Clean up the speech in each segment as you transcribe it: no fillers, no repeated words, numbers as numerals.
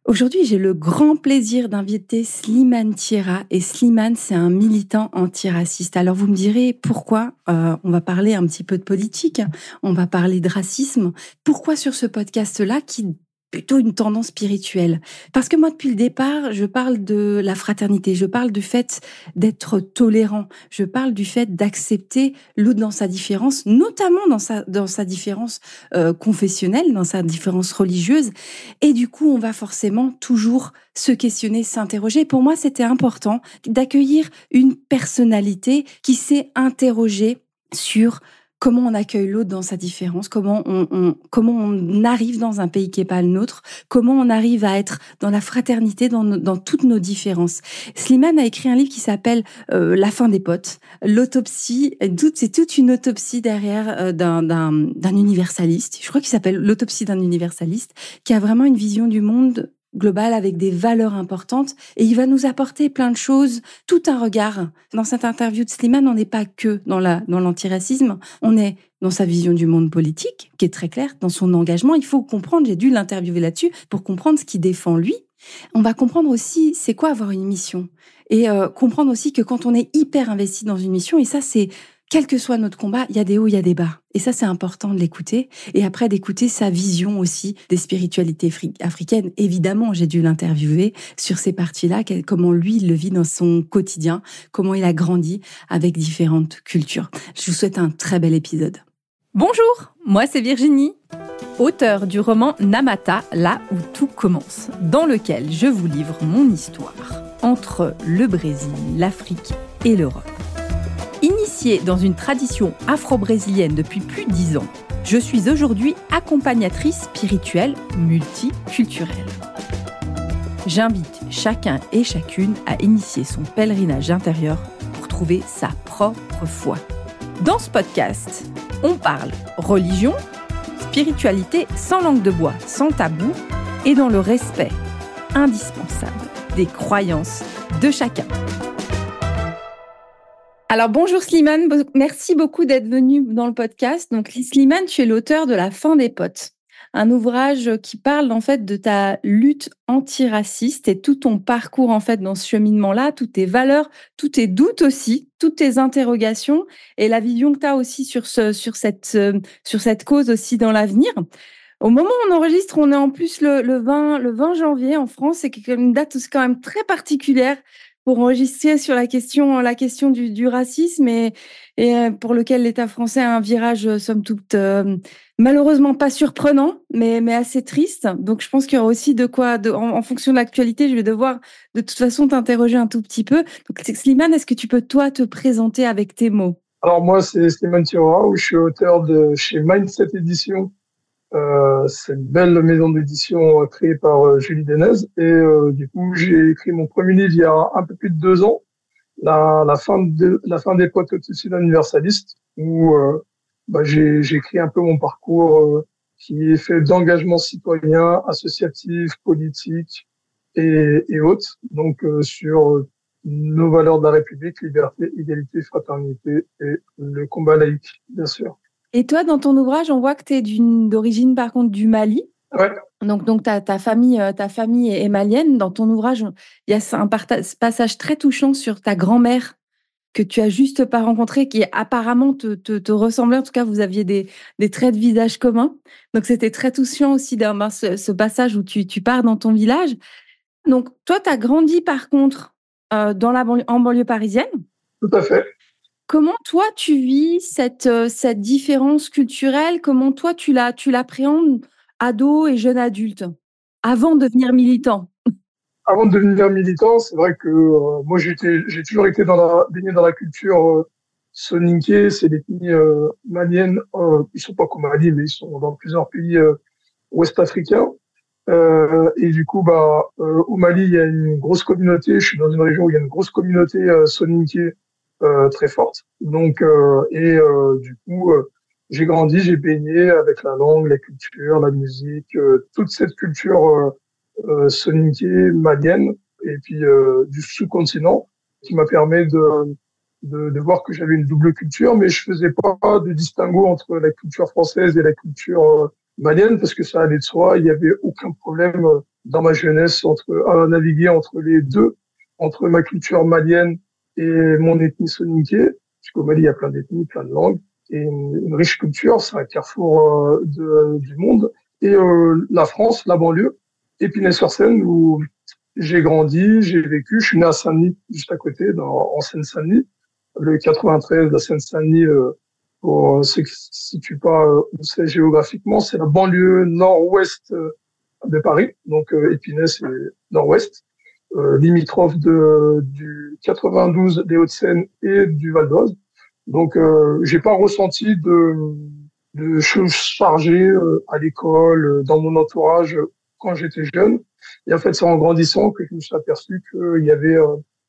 Aujourd'hui, j'ai le grand plaisir d'inviter Slimane Thiera. Et Slimane, c'est un militant antiraciste. Alors, vous me direz pourquoi on va parler un petit peu de politique, on va parler de racisme. Pourquoi sur ce podcast-là, qui est plutôt une tendance spirituelle? Parce que moi, depuis le départ, je parle de la fraternité, je parle du fait d'être tolérant, je parle du fait d'accepter l'autre dans sa différence, notamment dans sa différence confessionnelle, dans sa différence religieuse. Et du coup, on va forcément toujours se questionner, s'interroger. Pour moi, c'était important d'accueillir une personnalité qui s'est interrogée sur comment on accueille l'autre dans sa différence, comment on arrive dans un pays qui n'est pas le nôtre, comment on arrive à être dans la fraternité, dans toutes nos différences. Slimane a écrit un livre qui s'appelle La fin des potes, l'autopsie, c'est toute une autopsie derrière d'un universaliste. Je crois qu'il s'appelle L'autopsie d'un universaliste, qui a vraiment une vision du monde global avec des valeurs importantes, et il va nous apporter plein de choses, tout un regard. Dans cette interview de Slimane, on n'est pas que dans l'antiracisme, on est dans sa vision du monde politique, qui est très claire, dans son engagement. Il faut comprendre, j'ai dû l'interviewer là-dessus, pour comprendre ce qu'il défend lui. On va comprendre aussi c'est quoi avoir une mission, et comprendre aussi que quand on est hyper investi dans une mission, et ça c'est quel que soit notre combat, il y a des hauts, il y a des bas. Et ça, c'est important de l'écouter. Et après, d'écouter sa vision aussi des spiritualités africaines. Évidemment, j'ai dû l'interviewer sur ces parties-là, comment lui, il le vit dans son quotidien, comment il a grandi avec différentes cultures. Je vous souhaite un très bel épisode. Bonjour, moi c'est Virginie, auteure du roman Namata, là où tout commence, dans lequel je vous livre mon histoire entre le Brésil, l'Afrique et l'Europe. Initiée dans une tradition afro-brésilienne depuis plus de 10 ans, je suis aujourd'hui accompagnatrice spirituelle multiculturelle. J'invite chacun et chacune à initier son pèlerinage intérieur pour trouver sa propre foi. Dans ce podcast, on parle religion, spiritualité sans langue de bois, sans tabou et dans le respect indispensable des croyances de chacun. Alors bonjour Slimane, merci beaucoup d'être venu dans le podcast. Donc Slimane, tu es l'auteur de La fin des potes, un ouvrage qui parle en fait de ta lutte antiraciste et tout ton parcours en fait dans ce cheminement-là, toutes tes valeurs, tous tes doutes aussi, toutes tes interrogations et la vision que tu as aussi sur cette cause aussi dans l'avenir. Au moment où on enregistre, on est en plus le 20 janvier en France, c'est une date quand même très particulière pour enregistrer sur la question du racisme et pour lequel l'État français a un virage, somme toute, malheureusement pas surprenant, mais assez triste. Donc, je pense qu'il y aura aussi en fonction de l'actualité, je vais devoir de toute façon t'interroger un tout petit peu. Donc, Slimane, est-ce que tu peux, toi, te présenter avec tes mots? Alors, moi, c'est Slimane Thiera, je suis auteur chez Mindset Édition. C'est une belle maison d'édition créée par Julie Denez et du coup j'ai écrit mon premier livre il y a un peu plus de 2 ans, la fin des potes au-dessus d'un universaliste, où j'ai écrit un peu mon parcours qui est fait d'engagement citoyen, associatif, politique et autres, donc sur nos valeurs de la République, liberté, égalité, fraternité et le combat laïque, bien sûr. Et toi, dans ton ouvrage, on voit que tu es d'origine, par contre, du Mali. Ouais. Donc ta famille est malienne. Dans ton ouvrage, il y a un passage très touchant sur ta grand-mère que tu as juste pas rencontrée, qui apparemment te ressemblait. En tout cas, vous aviez des traits de visage communs. Donc, c'était très touchant aussi ce passage où tu pars dans ton village. Donc, toi, tu as grandi, par contre, en banlieue parisienne. Tout à fait. Comment toi tu vis cette différence culturelle? Comment toi tu l'appréhendes, ado et jeune adulte, avant de devenir militant? Avant de devenir militant, c'est vrai que moi j'ai toujours été baigné dans la culture soninké, c'est l'ethnie malienne. Ils sont pas qu'au Mali, mais ils sont dans plusieurs pays ouest africains. Et du coup, au Mali, il y a une grosse communauté. Je suis dans une région où il y a une grosse communauté soninké très forte. Donc, du coup, j'ai grandi, j'ai baigné avec la langue, la culture, la musique, toute cette culture soninké malienne et puis du sous-continent qui m'a permis de voir que j'avais une double culture, mais je faisais pas de distinguo entre la culture française et la culture malienne parce que ça allait de soi. Il y avait aucun problème dans ma jeunesse à naviguer entre les deux, entre ma culture malienne et mon ethnie soninké, puisqu'au Mali, il y a plein d'ethnies, plein de langues, et une riche culture, c'est un carrefour du monde. Et la France, la banlieue, Épinay-sur-Seine, où j'ai grandi, j'ai vécu. Je suis né à Saint-Denis, juste à côté, en Seine-Saint-Denis. Le 93, la Seine-Saint-Denis, pour ceux qui ne se situent pas où c'est géographiquement, c'est la banlieue nord-ouest de Paris. Donc Épinay, c'est nord-ouest, limitrophe du 92, des Hauts-de-Seine et du Val d'Oise. Donc j'ai pas ressenti de choses chargées à l'école, dans mon entourage quand j'étais jeune. Et en fait, c'est en grandissant que je me suis aperçu qu'il y avait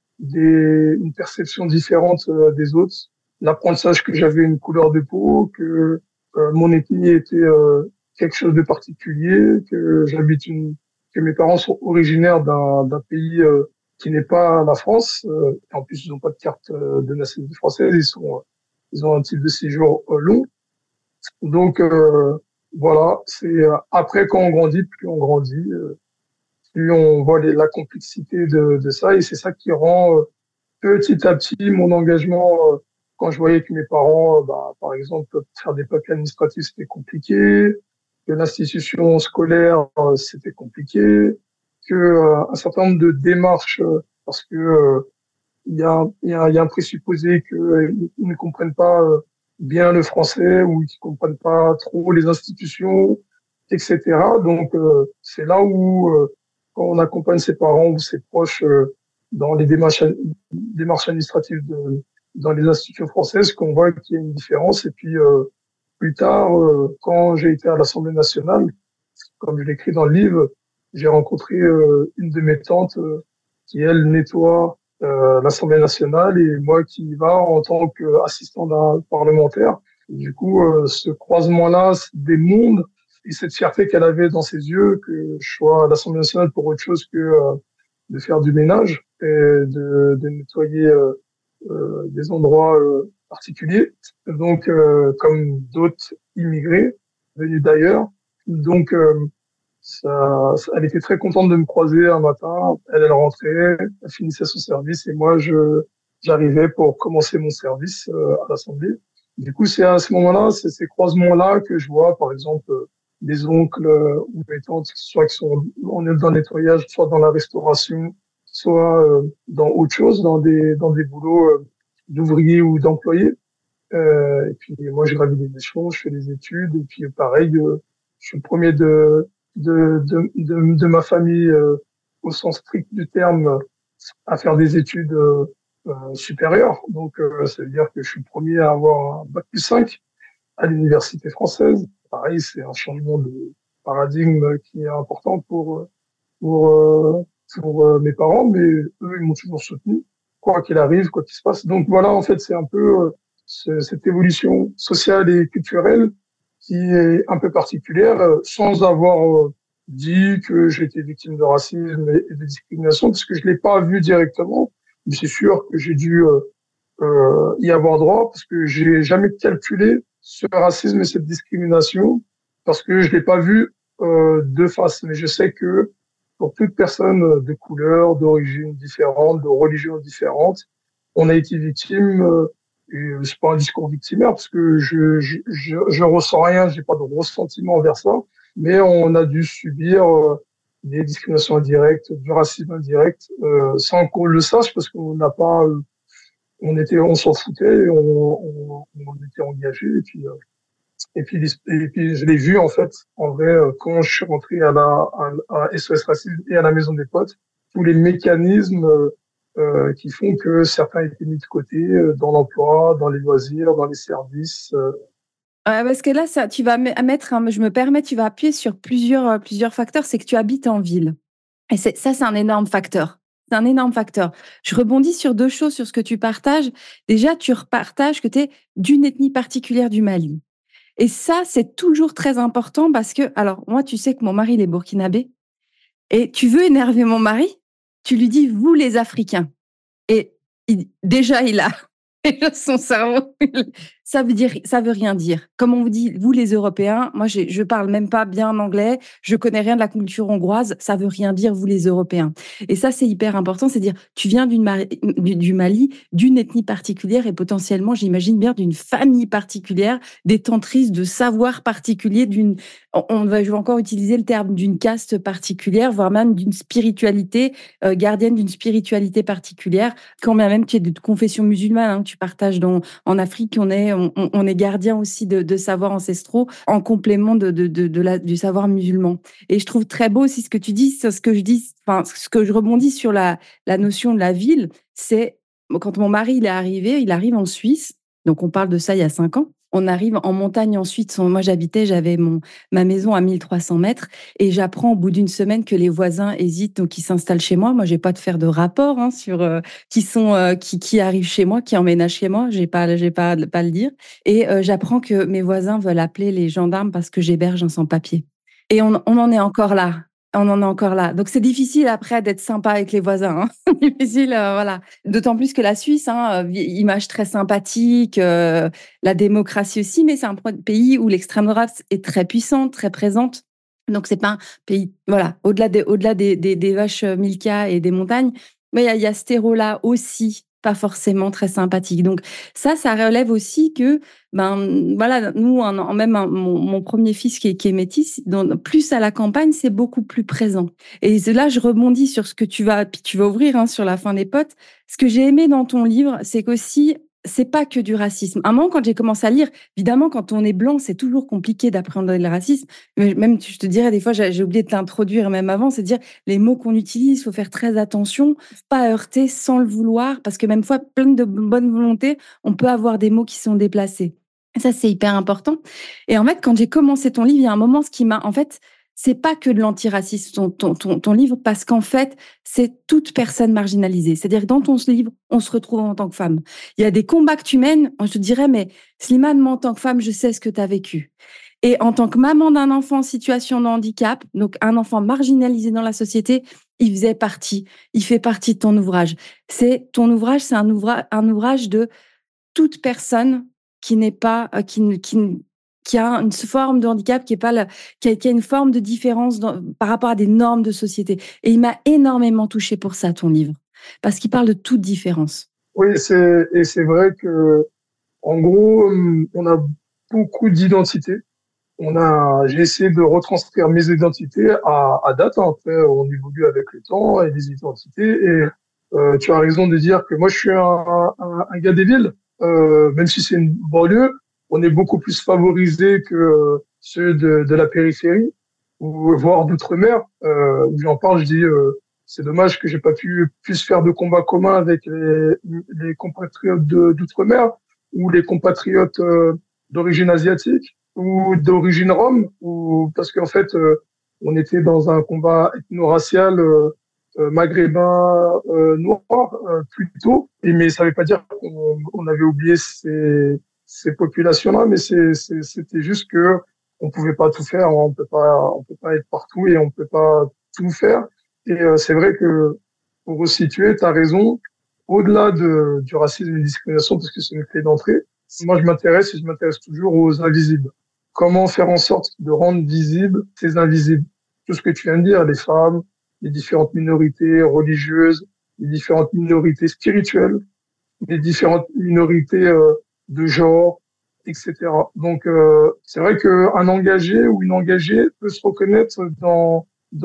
une perception différente des autres, l'apprentissage que j'avais une couleur de peau, que mon ethnie était quelque chose de particulier, que mes parents sont originaires d'un pays qui n'est pas la France. En plus, ils n'ont pas de carte de nationalité française, ils ont un type de séjour long. Donc voilà, c'est après quand on grandit, plus on grandit, plus on voit la complexité de ça, et c'est ça qui rend petit à petit mon engagement. Quand je voyais que mes parents, par exemple, faire des papiers administratifs, c'était compliqué, que l'institution scolaire, c'était compliqué, que un certain nombre de démarches, parce que il y a un présupposé qu'ils ne comprennent pas bien le français ou qu'ils comprennent pas trop les institutions, etc. Donc c'est là où quand on accompagne ses parents ou ses proches dans les démarches administratives dans les institutions françaises, qu'on voit qu'il y a une différence. Et puis plus tard, quand j'ai été à l'Assemblée nationale, comme je l'écris dans le livre, j'ai rencontré une de mes tantes qui, elle, nettoie l'Assemblée nationale, et moi qui y va en tant qu'assistant d'un parlementaire. Du coup, ce croisement-là des mondes et cette fierté qu'elle avait dans ses yeux que je sois à l'Assemblée nationale pour autre chose que de faire du ménage et de nettoyer des endroits particuliers. Donc, comme d'autres immigrés venus d'ailleurs. Donc, elle était très contente de me croiser un matin. Elle rentrait, elle finissait son service et moi, j'arrivais pour commencer mon service à l'Assemblée. Du coup, c'est à ce moment-là, c'est ces croisements-là que je vois, par exemple, des oncles ou des tantes, soit qui sont dans le nettoyage, soit dans la restauration, soit dans autre chose, dans des boulots d'ouvriers ou d'employés. Et puis moi, j'ai gravi des échelons, je fais des études, et puis pareil, je suis le premier de ma famille, au sens strict du terme, à faire des études supérieures. Donc, ça veut dire que je suis le premier à avoir un bac+5 à l'université française. Pareil, c'est un changement de paradigme qui est important pour mes parents, mais eux, ils m'ont toujours soutenu, quoi qu'il arrive, quoi qu'il se passe. Donc voilà, en fait, c'est un peu cette évolution sociale et culturelle qui est un peu particulière, sans avoir dit que j'étais victime de racisme et de discrimination, parce que je l'ai pas vu directement. Mais c'est sûr que j'ai dû y avoir droit, parce que j'ai jamais calculé ce racisme et cette discrimination, parce que je l'ai pas vu de face. Mais je sais que pour toute personne de couleur, d'origine différente, de religion différente, on a été victime. Et c'est pas un discours victimaire parce que je ressens rien, j'ai pas de ressentiment envers ça, mais on a dû subir des discriminations indirectes, du racisme indirect, sans qu'on le sache parce qu'on n'a pas, on s'en foutait, et on était engagé, et puis je l'ai vu en fait en vrai quand je suis rentré à SOS Racisme et à la Maison des Potes, tous les mécanismes qui font que certains étaient mis de côté dans l'emploi, dans les loisirs, dans les services. Parce que là, ça, tu vas mettre, je me permets, tu vas appuyer sur plusieurs facteurs. C'est que tu habites en ville. Et c'est un énorme facteur. C'est un énorme facteur. Je rebondis sur deux choses sur ce que tu partages. Déjà, tu repartages que tu es d'une ethnie particulière du Mali. Et ça, c'est toujours très important parce que, alors, moi, tu sais que mon mari, il est burkinabé. Et tu veux énerver mon mari, tu lui dis, vous les Africains. Et déjà, il a son cerveau. ça veut rien dire. Comme on vous dit, vous les Européens, moi je parle même pas bien anglais, je connais rien de la culture hongroise, ça veut rien dire vous les Européens. Et ça c'est hyper important, c'est dire tu viens du Mali, d'une ethnie particulière et potentiellement, j'imagine bien d'une famille particulière, détentrice de savoirs particuliers, je vais encore utiliser le terme d'une caste particulière, voire même d'une spiritualité, gardienne d'une spiritualité particulière, quand même tu es de confession musulmane, hein, tu partages en Afrique, on est gardien aussi de savoirs ancestraux en complément du savoir musulman. Et je trouve très beau aussi ce que tu dis, ce que je dis, enfin, ce que je rebondis sur la notion de la ville, c'est quand mon mari il arrive en Suisse, donc on parle de ça il y a 5 ans. On arrive en montagne ensuite. Moi, j'avais ma maison à 1300 mètres et j'apprends au bout d'une semaine que les voisins hésitent, donc ils s'installent chez moi. Moi, j'ai pas de faire de rapport sur qui arrivent chez moi, qui emménagent chez moi. J'ai pas le dire. Et j'apprends que mes voisins veulent appeler les gendarmes parce que j'héberge un sans-papier. Et on en est encore là. On en est encore là. Donc, c'est difficile après d'être sympa avec les voisins. Hein. Difficile, voilà. D'autant plus que la Suisse, image très sympathique, la démocratie aussi, mais c'est un pays où l'extrême droite est très puissante, très présente. Donc, c'est pas un pays, voilà, au-delà des vaches Milka et des montagnes, mais il y a ce terreau-là aussi, pas forcément très sympathique. Donc, ça relève aussi que, voilà, nous, mon premier fils qui est métis, plus à la campagne, c'est beaucoup plus présent. Et là, je rebondis sur ce que tu vas ouvrir sur la fin des potes. Ce que j'ai aimé dans ton livre, c'est qu'aussi, c'est pas que du racisme. À un moment, quand j'ai commencé à lire, évidemment, quand on est blanc, c'est toujours compliqué d'appréhender le racisme. Mais même, je te dirais, des fois, j'ai oublié de t'introduire même avant, c'est de dire les mots qu'on utilise, il faut faire très attention, pas heurter sans le vouloir, parce que même fois, plein de bonne volonté, on peut avoir des mots qui sont déplacés. Et ça, c'est hyper important. Et en fait, quand j'ai commencé ton livre, il y a un moment, c'est pas que de l'antiracisme, ton livre, parce qu'en fait, c'est toute personne marginalisée. C'est-à-dire que dans ton livre, on se retrouve en tant que femme. Il y a des combats que tu mènes, je te dirais, mais Slimane, moi, en tant que femme, je sais ce que tu as vécu. Et en tant que maman d'un enfant en situation de handicap, donc un enfant marginalisé dans la société, il fait partie de ton ouvrage. Ton ouvrage, c'est un ouvrage de toute personne qui n'est pas, qui a une forme de handicap, qui a une forme de différence par rapport à des normes de société. Et il m'a énormément touchée pour ça, ton livre, parce qu'il parle de toute différence. Oui, c'est vrai que, en gros, on a beaucoup d'identités. J'ai essayé de retranscrire mes identités à date. Après, on évolue avec le temps et les identités. Et tu as raison de dire que moi, je suis un gars des villes. Même si c'est une banlieue, on est beaucoup plus favorisé que ceux de la périphérie ou voire d'outre-mer. Où j'en parle, je dis c'est dommage que j'ai pas pu plus faire de combats communs avec les compatriotes d'outre-mer ou les compatriotes d'origine asiatique ou d'origine rome, ou parce qu'en fait on était dans un combat ethno-racial maghrébin noir plutôt, mais ça veut pas dire qu'on avait oublié ces populations-là, mais c'était juste que on pouvait pas tout faire, on peut pas être partout et on peut pas tout faire. Et c'est vrai que pour resituer, tu as raison, au-delà du racisme et de la discrimination, parce que c'est une clé d'entrée, moi je m'intéresse toujours aux invisibles. Comment faire en sorte de rendre visibles ces invisibles? Tout ce que tu viens de dire, les femmes, les différentes minorités religieuses, les différentes minorités spirituelles, les différentes minorités de genre, etc. Donc c'est vrai qu'un engagé ou une engagée peut se reconnaître dans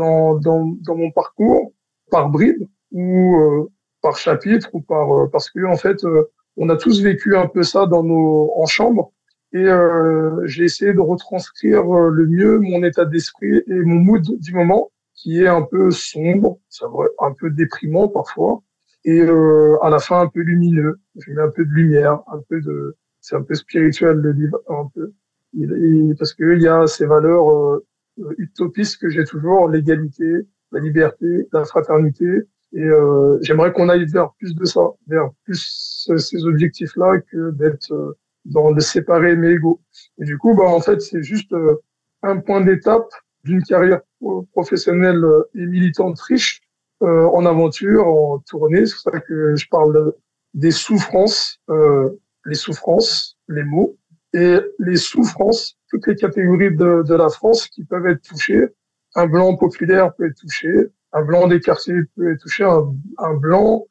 mon parcours par bribes ou par chapitre ou parce que en fait on a tous vécu un peu ça en chambre. Et j'ai essayé de retranscrire le mieux mon état d'esprit et mon mood du moment, qui est un peu sombre, c'est vrai, un peu déprimant parfois, et à la fin un peu lumineux. Je mets un peu de lumière, c'est un peu spirituel le livre, un peu, parce que il y a ces valeurs utopistes que j'ai toujours, l'égalité, la liberté, la fraternité, et j'aimerais qu'on aille vers plus de ça, vers plus ces objectifs-là que d'être dans le séparé mais égaux. Et du coup, en fait, c'est juste un point d'étape d'une carrière professionnelle et militante riche en aventure, en tournée. C'est pour ça que je parle des souffrances, les souffrances les maux, et les souffrances, toutes les catégories de la France qui peuvent être touchées. Un blanc populaire peut être touché, un blanc des quartiers peut être touché, un blanc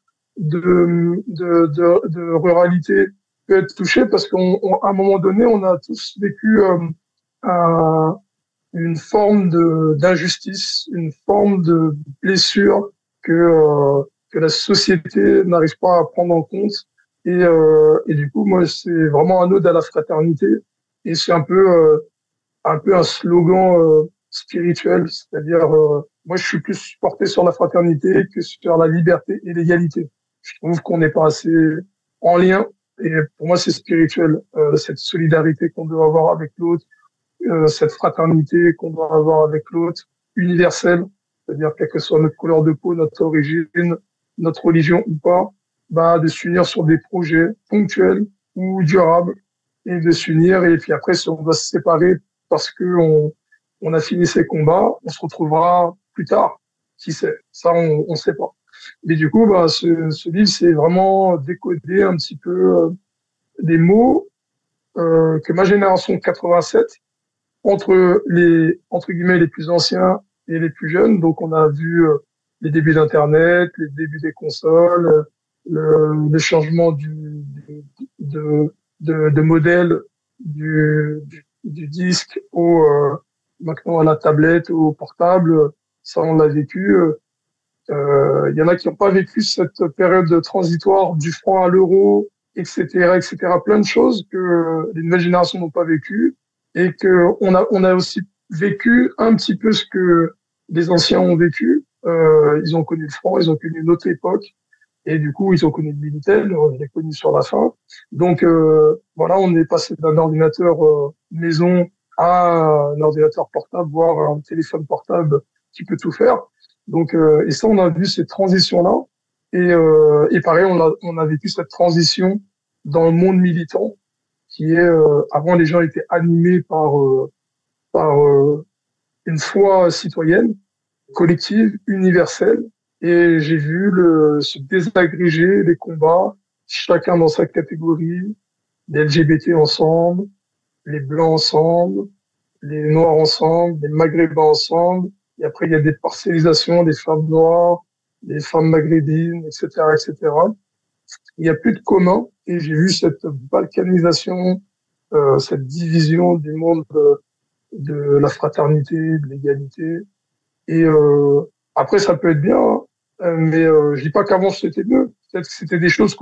de ruralité peut être touché parce qu'à un moment donné, on a tous vécu un, une forme d'injustice, une forme de blessure que la société n'arrive pas à prendre en compte. Et du coup, moi, c'est vraiment un ode à la fraternité. Et c'est un peu un slogan spirituel, c'est-à-dire, moi, je suis plus porté sur la fraternité que sur la liberté et l'égalité. Je trouve qu'on n'est pas assez en lien. Et pour moi, c'est spirituel, cette solidarité qu'on doit avoir avec l'autre, cette fraternité qu'on doit avoir avec l'autre, universelle, c'est-à dire quelle que soit notre couleur de peau, notre origine, notre religion ou pas, bah, de s'unir sur des projets ponctuels ou durables et de s'unir. Et puis après, si on doit se séparer parce que on a fini ces combats, on se retrouvera plus tard. Qui sait? Ça, on sait pas. Mais du coup, bah, ce livre, c'est vraiment décoder un petit peu des mots que ma génération de 87, entre guillemets, les plus anciens et les plus jeunes. Donc, on a vu les débuts d'Internet, les débuts des consoles, le changement de modèle du disque maintenant à la tablette, au portable. Ça, on l'a vécu. Il y en a qui n'ont pas vécu cette période transitoire du franc à l'euro, etc., etc. Plein de choses que les nouvelles générations n'ont pas vécu et que on a aussi vécu un petit peu ce que les anciens ont vécu. Ils ont connu le franc, ils ont connu une autre époque et du coup ils ont connu le Minitel, on l'a connu sur la fin. Donc voilà, on est passé d'un ordinateur maison à un ordinateur portable, voire un téléphone portable qui peut tout faire. Donc, et ça, on a vu cette transition-là. Et pareil, on a vécu cette transition dans le monde militant, qui est, avant, les gens étaient animés par une foi citoyenne, collective, universelle. Et j'ai vu se désagréger les combats, chacun dans sa catégorie, les LGBT ensemble, les blancs ensemble, les noirs ensemble, les maghrébins ensemble. Et après, il y a des parcellisations des femmes noires, des femmes maghrébines, etc., etc. Il n'y a plus de commun. Et j'ai vu cette balkanisation, cette division du monde de la fraternité, de l'égalité. Et après, ça peut être bien, hein, mais je dis pas qu'avant c'était mieux. Peut-être que c'était des choses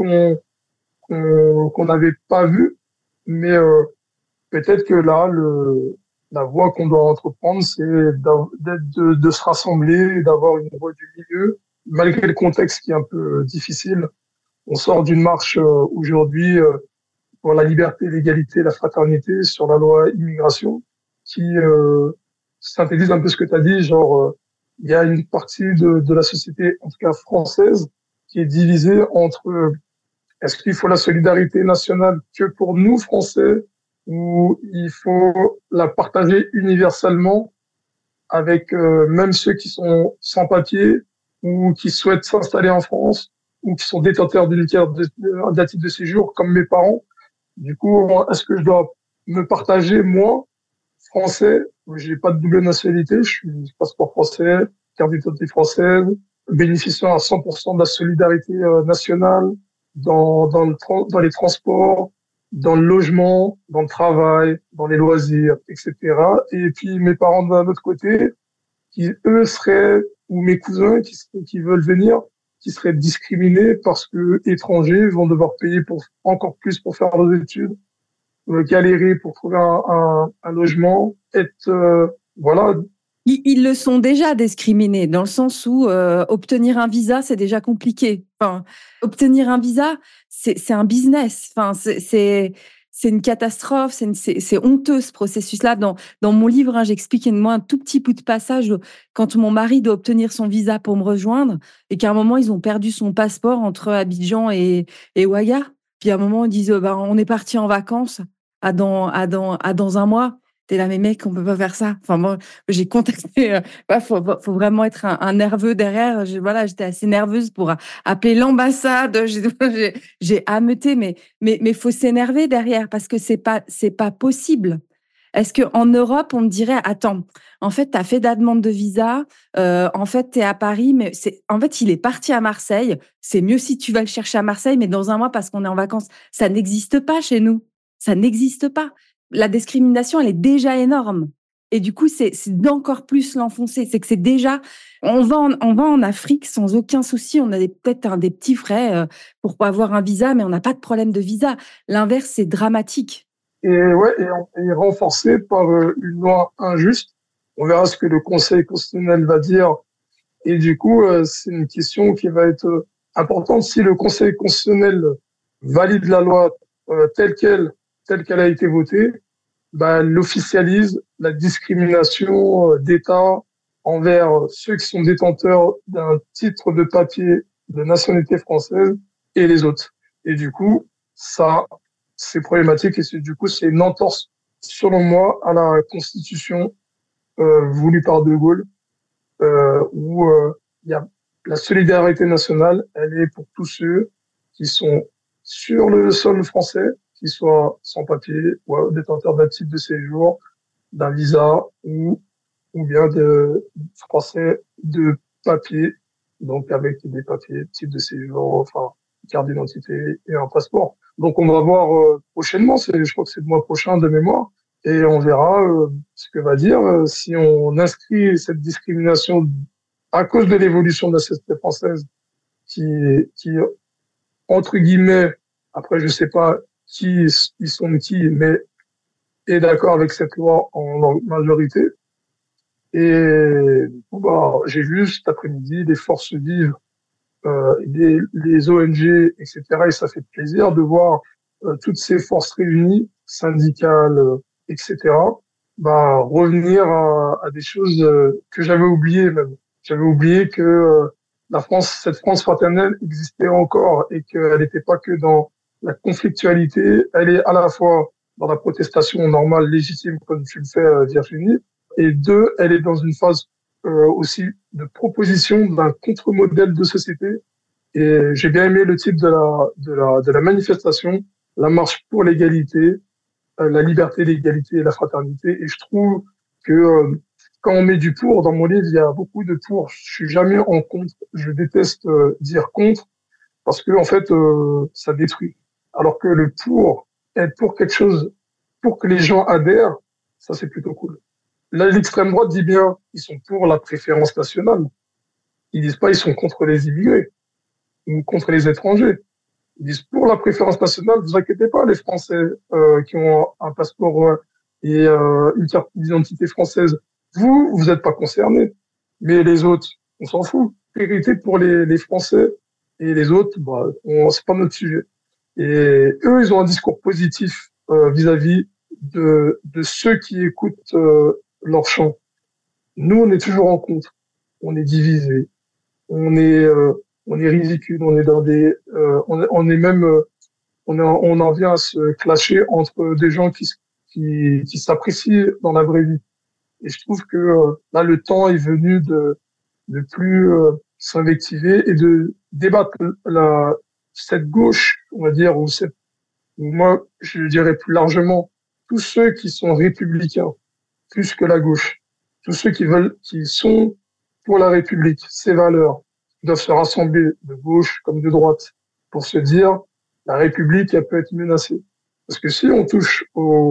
qu'on n'avait pas vues, mais peut-être que là, la voie qu'on doit entreprendre, c'est de se rassembler, et d'avoir une voie du milieu, malgré le contexte qui est un peu difficile. On sort d'une marche aujourd'hui pour la liberté, l'égalité, la fraternité sur la loi immigration, qui synthétise un peu ce que tu as dit, genre il y a une partie de la société, en tout cas française, qui est divisée entre est-ce qu'il faut la solidarité nationale que pour nous, Français, ou il faut la partager universellement avec même ceux qui sont sans papier ou qui souhaitent s'installer en France ou qui sont détenteurs d'un titre de séjour comme mes parents. Du coup, est-ce que je dois me partager, moi, français, j'ai pas de double nationalité, je suis passeport français, carte d'identité française, bénéficiant à 100% de la solidarité nationale dans les transports, dans le logement, dans le travail, dans les loisirs, etc. Et puis mes parents d'un autre côté, qui eux seraient, ou mes cousins qui veulent venir, qui seraient discriminés parce que étrangers vont devoir payer encore plus pour faire leurs études, galérer pour trouver un logement, voilà. Ils le sont déjà discriminés, dans le sens où obtenir un visa, c'est déjà compliqué. Enfin, obtenir un visa, c'est un business. Enfin, c'est une catastrophe, c'est honteux ce processus-là. Dans mon livre, hein, j'explique moi un tout petit bout de passage quand mon mari doit obtenir son visa pour me rejoindre et qu'à un moment, ils ont perdu son passeport entre Abidjan et Ouaga. Puis à un moment, ils disent on est parti en vacances à dans un mois. T'es là, mais mec, on peut pas faire ça. Enfin, moi, j'ai contacté. Faut vraiment être un nerveux derrière. J'étais assez nerveuse pour appeler l'ambassade. J'ai ameuté, mais faut s'énerver derrière parce que c'est pas possible. Est-ce que en Europe, on me dirait, attends, en fait, t'as fait ta demande de visa, en fait, t'es à Paris, mais en fait, il est parti à Marseille. C'est mieux si tu vas le chercher à Marseille, mais dans un mois parce qu'on est en vacances. Ça n'existe pas chez nous. Ça n'existe pas. La discrimination, elle est déjà énorme. Et du coup, c'est d'encore plus l'enfoncer. C'est que c'est déjà, on va en Afrique sans aucun souci. On a peut-être des petits frais pour avoir un visa, mais on n'a pas de problème de visa. L'inverse, c'est dramatique. Et renforcé par une loi injuste. On verra ce que le Conseil constitutionnel va dire. Et du coup, c'est une question qui va être importante. Si le Conseil constitutionnel valide la loi telle qu'elle a été votée, bah, elle officialise la discrimination d'État envers ceux qui sont détenteurs d'un titre de papier de nationalité française et les autres. Et du coup, ça, c'est problématique et du coup, c'est une entorse, selon moi, à la Constitution voulue par De Gaulle, où il y a la solidarité nationale, elle est pour tous ceux qui sont sur le sol français, qui soient sans papier ou détenteurs d'un titre de séjour, d'un visa ou bien de français de papier, donc avec des papiers, titre de séjour, enfin carte d'identité et un passeport. Donc on va voir prochainement, je crois que c'est le mois prochain de mémoire, et on verra ce que va dire si on inscrit cette discrimination à cause de l'évolution de la société française qui entre guillemets, après je sais pas qui ils sont qui, mais est d'accord avec cette loi en majorité. Et bah, j'ai vu cet après-midi les forces vives, les ONG, etc. Et ça fait plaisir de voir toutes ces forces réunies, syndicales, etc. Bah, revenir à des choses que j'avais oubliées même. J'avais oublié que cette France fraternelle existait encore et qu'elle n'était pas que dans la conflictualité. Elle est à la fois dans la protestation normale, légitime, comme tu le fais, Virginie, et deux, elle est dans une phase aussi de proposition d'un contre-modèle de société. Et j'ai bien aimé le titre de la manifestation, la marche pour l'égalité, la liberté, l'égalité et la fraternité. Et je trouve que quand on met du pour, dans mon livre, il y a beaucoup de pour. Je suis jamais en contre. Je déteste dire contre parce que en fait, ça détruit. Alors que le pour, être pour quelque chose, pour que les gens adhèrent, ça c'est plutôt cool. Là, l'extrême droite dit bien, ils sont pour la préférence nationale. Ils disent pas ils sont contre les immigrés ou contre les étrangers. Ils disent pour la préférence nationale, vous inquiétez pas, les Français qui ont un passeport et une carte d'identité française, vous n'êtes pas concernés. Mais les autres, on s'en fout. Priorité pour les Français et les autres, bah, c'est pas notre sujet. Et eux, ils ont un discours positif vis-à-vis de ceux qui écoutent leur chant. Nous, on est toujours en contre. On est divisé. On est ridicule. On est dans des, on est même, on en vient à se clasher entre des gens qui s'apprécient dans la vraie vie. Et je trouve que là, le temps est venu de plus s'invectiver et de débattre cette gauche, on va dire, ou moi, je dirais plus largement, tous ceux qui sont républicains, plus que la gauche, tous ceux qui sont pour la République, ses valeurs, doivent se rassembler de gauche comme de droite pour se dire, la République, elle peut être menacée. Parce que si on touche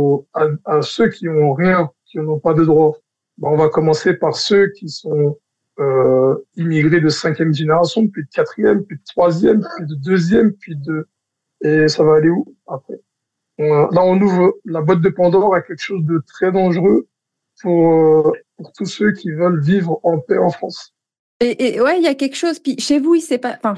à ceux qui ont rien, qui n'ont pas de droit, ben on va commencer par ceux qui sont immigrés de 5e génération, puis de 4e, puis de 3e, puis de 2e, et ça va aller où après? Là, on ouvre la boîte de Pandore à quelque chose de très dangereux pour tous ceux qui veulent vivre en paix en France. Et ouais, il y a quelque chose. Puis chez vous, il s'est pas. Enfin,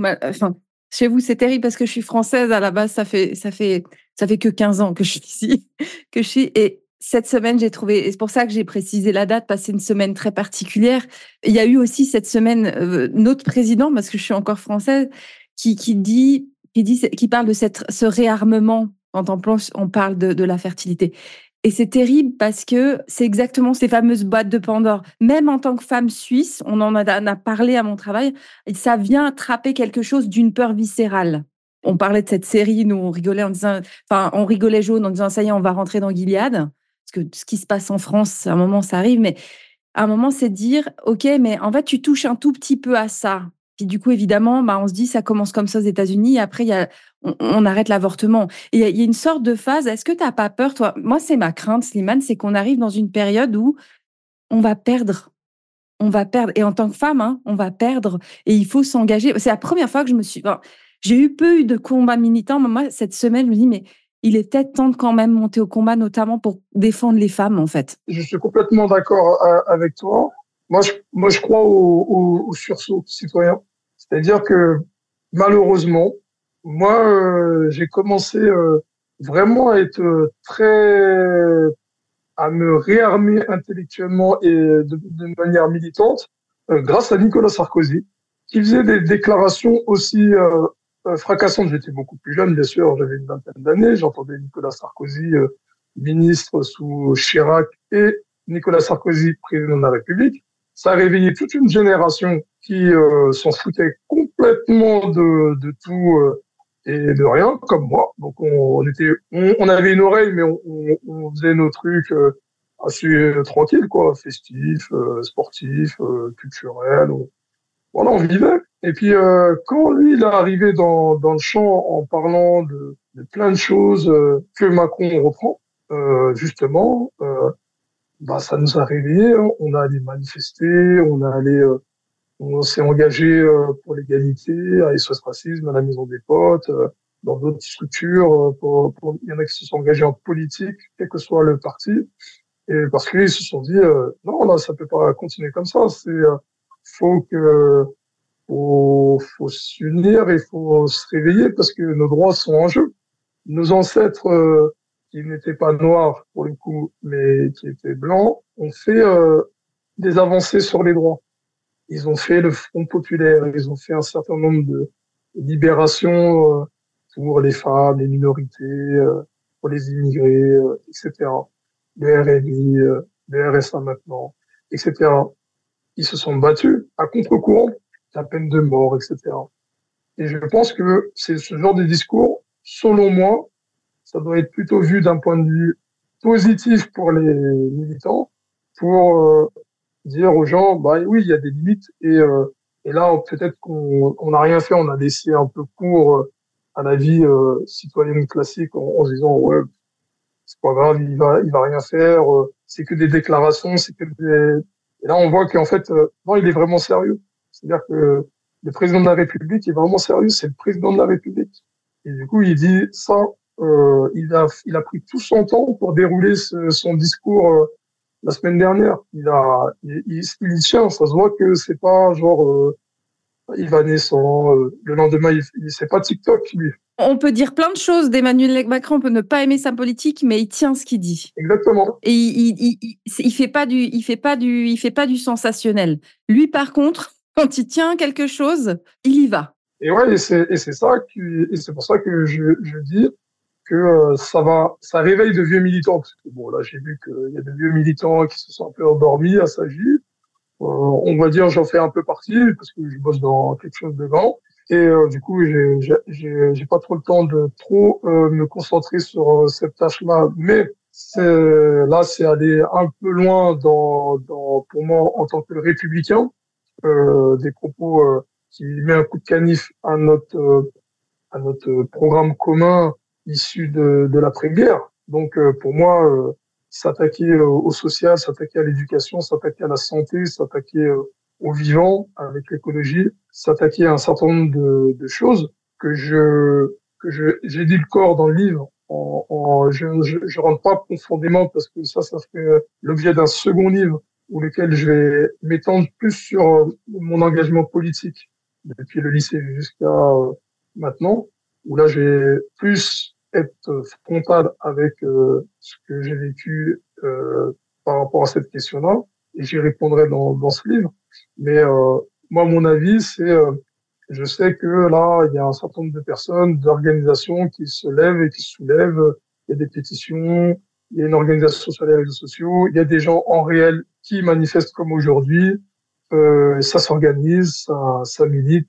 chez vous, c'est terrible parce que je suis française à la base. Ça fait que 15 ans que je suis ici, Et cette semaine, j'ai trouvé. Et c'est pour ça que j'ai précisé la date parce que c'est une semaine très particulière. Il y a eu aussi cette semaine notre président, parce que je suis encore française, qui parle de ce réarmement quand on parle de la fertilité. Et c'est terrible parce que c'est exactement ces fameuses boîtes de Pandore. Même en tant que femme suisse, on en a parlé à mon travail, ça vient attraper quelque chose d'une peur viscérale. On parlait de cette série, nous on rigolait on rigolait jaune en disant ça y est, on va rentrer dans Gilead. Parce que ce qui se passe en France, à un moment ça arrive, mais à un moment c'est de dire, ok, mais en fait tu touches un tout petit peu à ça. Puis du coup évidemment, on se dit ça commence comme ça aux États-Unis. Et après on arrête l'avortement. Et il y a une sorte de phase. Est-ce que tu n'as pas peur, toi? Moi c'est ma crainte, Slimane, c'est qu'on arrive dans une période où on va perdre. On va perdre. Et en tant que femme, on va perdre. Et il faut s'engager. C'est la première fois que j'ai eu peu de combats militants. Mais moi, cette semaine, je me dis, mais il est peut-être temps de quand même monter au combat, notamment pour défendre les femmes, en fait. Je suis complètement d'accord avec toi. Moi, je crois au sursaut citoyen. C'est-à-dire que, malheureusement, moi, j'ai commencé vraiment à être à me réarmer intellectuellement et de manière militante grâce à Nicolas Sarkozy, qui faisait des déclarations aussi fracassantes. J'étais beaucoup plus jeune, bien sûr, j'avais une vingtaine d'années, j'entendais Nicolas Sarkozy, ministre sous Chirac, et Nicolas Sarkozy, président de la République. Ça a réveillé toute une génération qui s'en foutait complètement de tout et de rien, comme moi. Donc on avait une oreille, mais on faisait nos trucs assez tranquilles, quoi, festifs, sportifs, culturels. Voilà, on vivait. Et puis quand lui, il est arrivé dans le champ en parlant de plein de choses que Macron reprend, justement, ça nous a réveillés. Hein. On a allé manifester, on s'est engagé pour l'égalité, à SOS Racisme, à la Maison des Potes, dans d'autres structures. Il y en a qui se sont engagés en politique, quel que soit le parti, et parce qu'ils se sont dit non, là, ça peut pas continuer comme ça. Faut s'unir, il faut se réveiller parce que nos droits sont en jeu. Nos ancêtres qui n'étaient pas noirs pour le coup, mais qui étaient blancs, ont fait des avancées sur les droits. Ils ont fait le Front populaire, ils ont fait un certain nombre de libérations pour les femmes, les minorités, pour les immigrés, etc. Le RNI, le RSA maintenant, etc. Ils se sont battus à contre-courant, la peine de mort, etc. Et je pense que c'est ce genre de discours, selon moi, ça doit être plutôt vu d'un point de vue positif pour les militants, pour dire aux gens, oui, il y a des limites et là, peut-être qu'on n'a rien fait, on a laissé un peu court à la vie citoyenne classique en se disant, ouais, c'est pas grave, il va rien faire, c'est que des déclarations, c'est que des... Et là, on voit qu'en fait, non, il est vraiment sérieux. C'est-à-dire que le président de la République est vraiment sérieux, c'est le président de la République. Et du coup, il dit ça, il a pris tout son temps pour dérouler son discours la semaine dernière. Il y tient, ça se voit que c'est pas genre il va naissant, le lendemain, c'est pas TikTok, lui. On peut dire plein de choses d'Emmanuel Macron, on peut ne pas aimer sa politique, mais il tient ce qu'il dit. Exactement. Et il fait pas du sensationnel. Lui, par contre, quand il tient quelque chose, il y va. Et ouais, et c'est pour ça que je dis que ça réveille de vieux militants. Parce que bon, là, j'ai vu qu'il y a de vieux militants qui se sont un peu endormis à sa vie. On va dire, j'en fais un peu partie parce que je bosse dans quelque chose de grand. Et du coup, j'ai pas trop le temps de trop me concentrer sur cette tâche-là. Mais c'est aller un peu loin pour moi en tant que républicain, des propos qui met un coup de canif à notre programme commun issu de l'après-guerre. Donc pour moi, s'attaquer au social, s'attaquer à l'éducation, s'attaquer à la santé, s'attaquer au vivant avec l'écologie, s'attaquer à un certain nombre de choses que j'ai dit le corps dans le livre. Je rentre pas profondément parce que ça fait l'objet d'un second livre où lequel je vais m'étendre plus sur mon engagement politique depuis le lycée jusqu'à maintenant, où là, je vais plus être frontal avec ce que j'ai vécu par rapport à cette question-là, et j'y répondrai dans ce livre. Mais moi, mon avis, c'est, je sais que là, il y a un certain nombre de personnes, d'organisations qui se lèvent et qui soulèvent. Il y a des pétitions, il y a une organisation sur les réseaux sociaux, il y a des gens en réel qui manifestent comme aujourd'hui, ça s'organise, ça milite,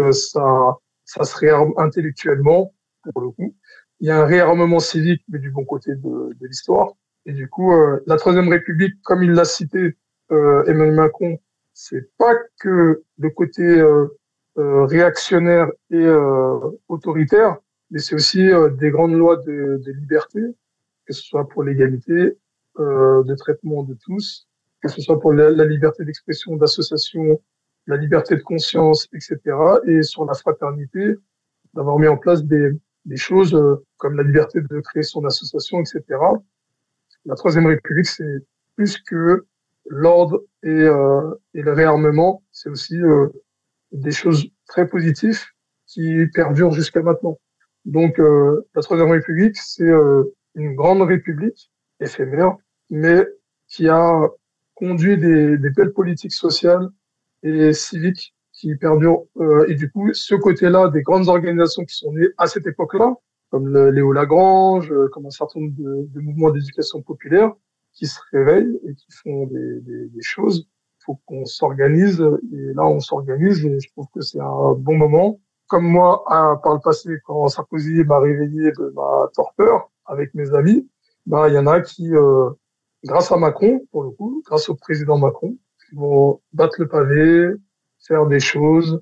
ça se réarme intellectuellement, pour le coup. Il y a un réarmement civique, mais du bon côté de l'histoire. Et du coup, la Troisième République, comme il l'a cité, Emmanuel Macron, c'est pas que le côté réactionnaire et autoritaire, mais c'est aussi des grandes lois de liberté, que ce soit pour l'égalité de traitement de tous, que ce soit pour la liberté d'expression, d'association, la liberté de conscience, etc. Et sur la fraternité, d'avoir mis en place des choses comme la liberté de créer son association, etc. La Troisième République, c'est plus que l'ordre et le réarmement, c'est aussi des choses très positives qui perdurent jusqu'à maintenant. Donc, la Troisième République, c'est une grande république éphémère, mais qui a conduit des belles politiques sociales et civiques qui perdurent. Et du coup, ce côté-là, des grandes organisations qui sont nées à cette époque-là, comme Léo Lagrange, comme un certain nombre de mouvements d'éducation populaire, qui se réveillent et qui font des choses. Il faut qu'on s'organise, et là, on s'organise, et je trouve que c'est un bon moment. Comme moi, par le passé, quand Sarkozy m'a réveillé de ma torpeur avec mes amis, bah, il y en a qui, grâce à Macron, pour le coup, grâce au président Macron, qui vont battre le pavé, faire des choses,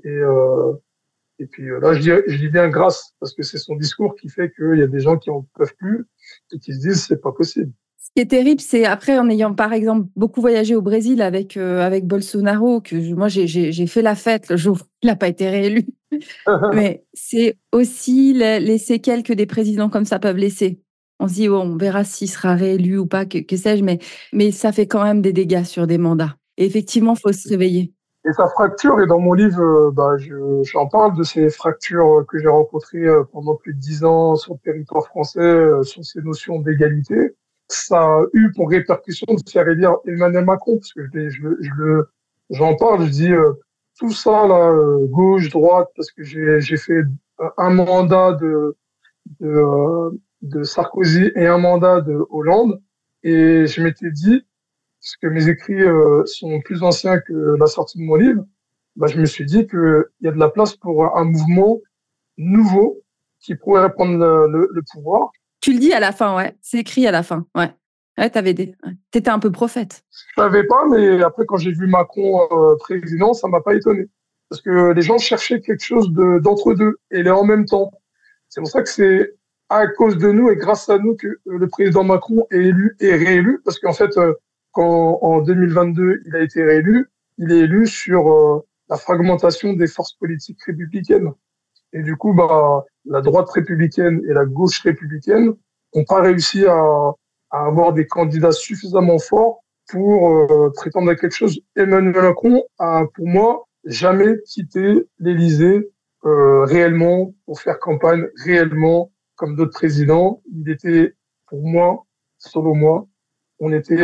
et puis là, je dis bien grâce, parce que c'est son discours qui fait qu'il y a des gens qui en peuvent plus et qui se disent c'est pas possible. Ce qui est terrible, c'est après, en ayant par exemple beaucoup voyagé au Brésil avec Bolsonaro, moi j'ai fait la fête le jour où il n'a pas été réélu. Mais c'est aussi les séquelles que des présidents comme ça peuvent laisser. On se dit, oh, on verra s'il sera réélu ou pas, que sais-je, mais ça fait quand même des dégâts sur des mandats. Et effectivement, il faut se réveiller. Et ça fracture, et dans mon livre, j'en parle de ces fractures que j'ai rencontrées pendant plus de 10 ans sur le territoire français, sur ces notions d'égalité. Ça a eu pour répercussion de faire élire Emmanuel Macron, parce que j'en parle, je dis tout ça là, gauche, droite, parce que j'ai fait un mandat de Sarkozy et un mandat de Hollande, et je m'étais dit, parce que mes écrits sont plus anciens que la sortie de mon livre, bah, je me suis dit qu'il y a de la place pour un mouvement nouveau qui pourrait prendre le pouvoir. Tu le dis à la fin, ouais. C'est écrit à la fin, ouais. Ouais, t'étais un peu prophète. Je savais pas, mais après, quand j'ai vu Macron président, ça m'a pas étonné. Parce que les gens cherchaient quelque chose d'entre deux, et les en même temps. C'est pour ça que c'est à cause de nous et grâce à nous que le président Macron est élu et réélu, parce qu'en fait, quand en 2022 il a été réélu, il est élu sur la fragmentation des forces politiques républicaines. Et du coup, bah, la droite républicaine et la gauche républicaine n'ont pas réussi à avoir des candidats suffisamment forts pour prétendre à quelque chose. Emmanuel Macron a, pour moi, jamais quitté l'Élysée réellement pour faire campagne réellement comme d'autres présidents. Il était, pour moi, selon moi, on était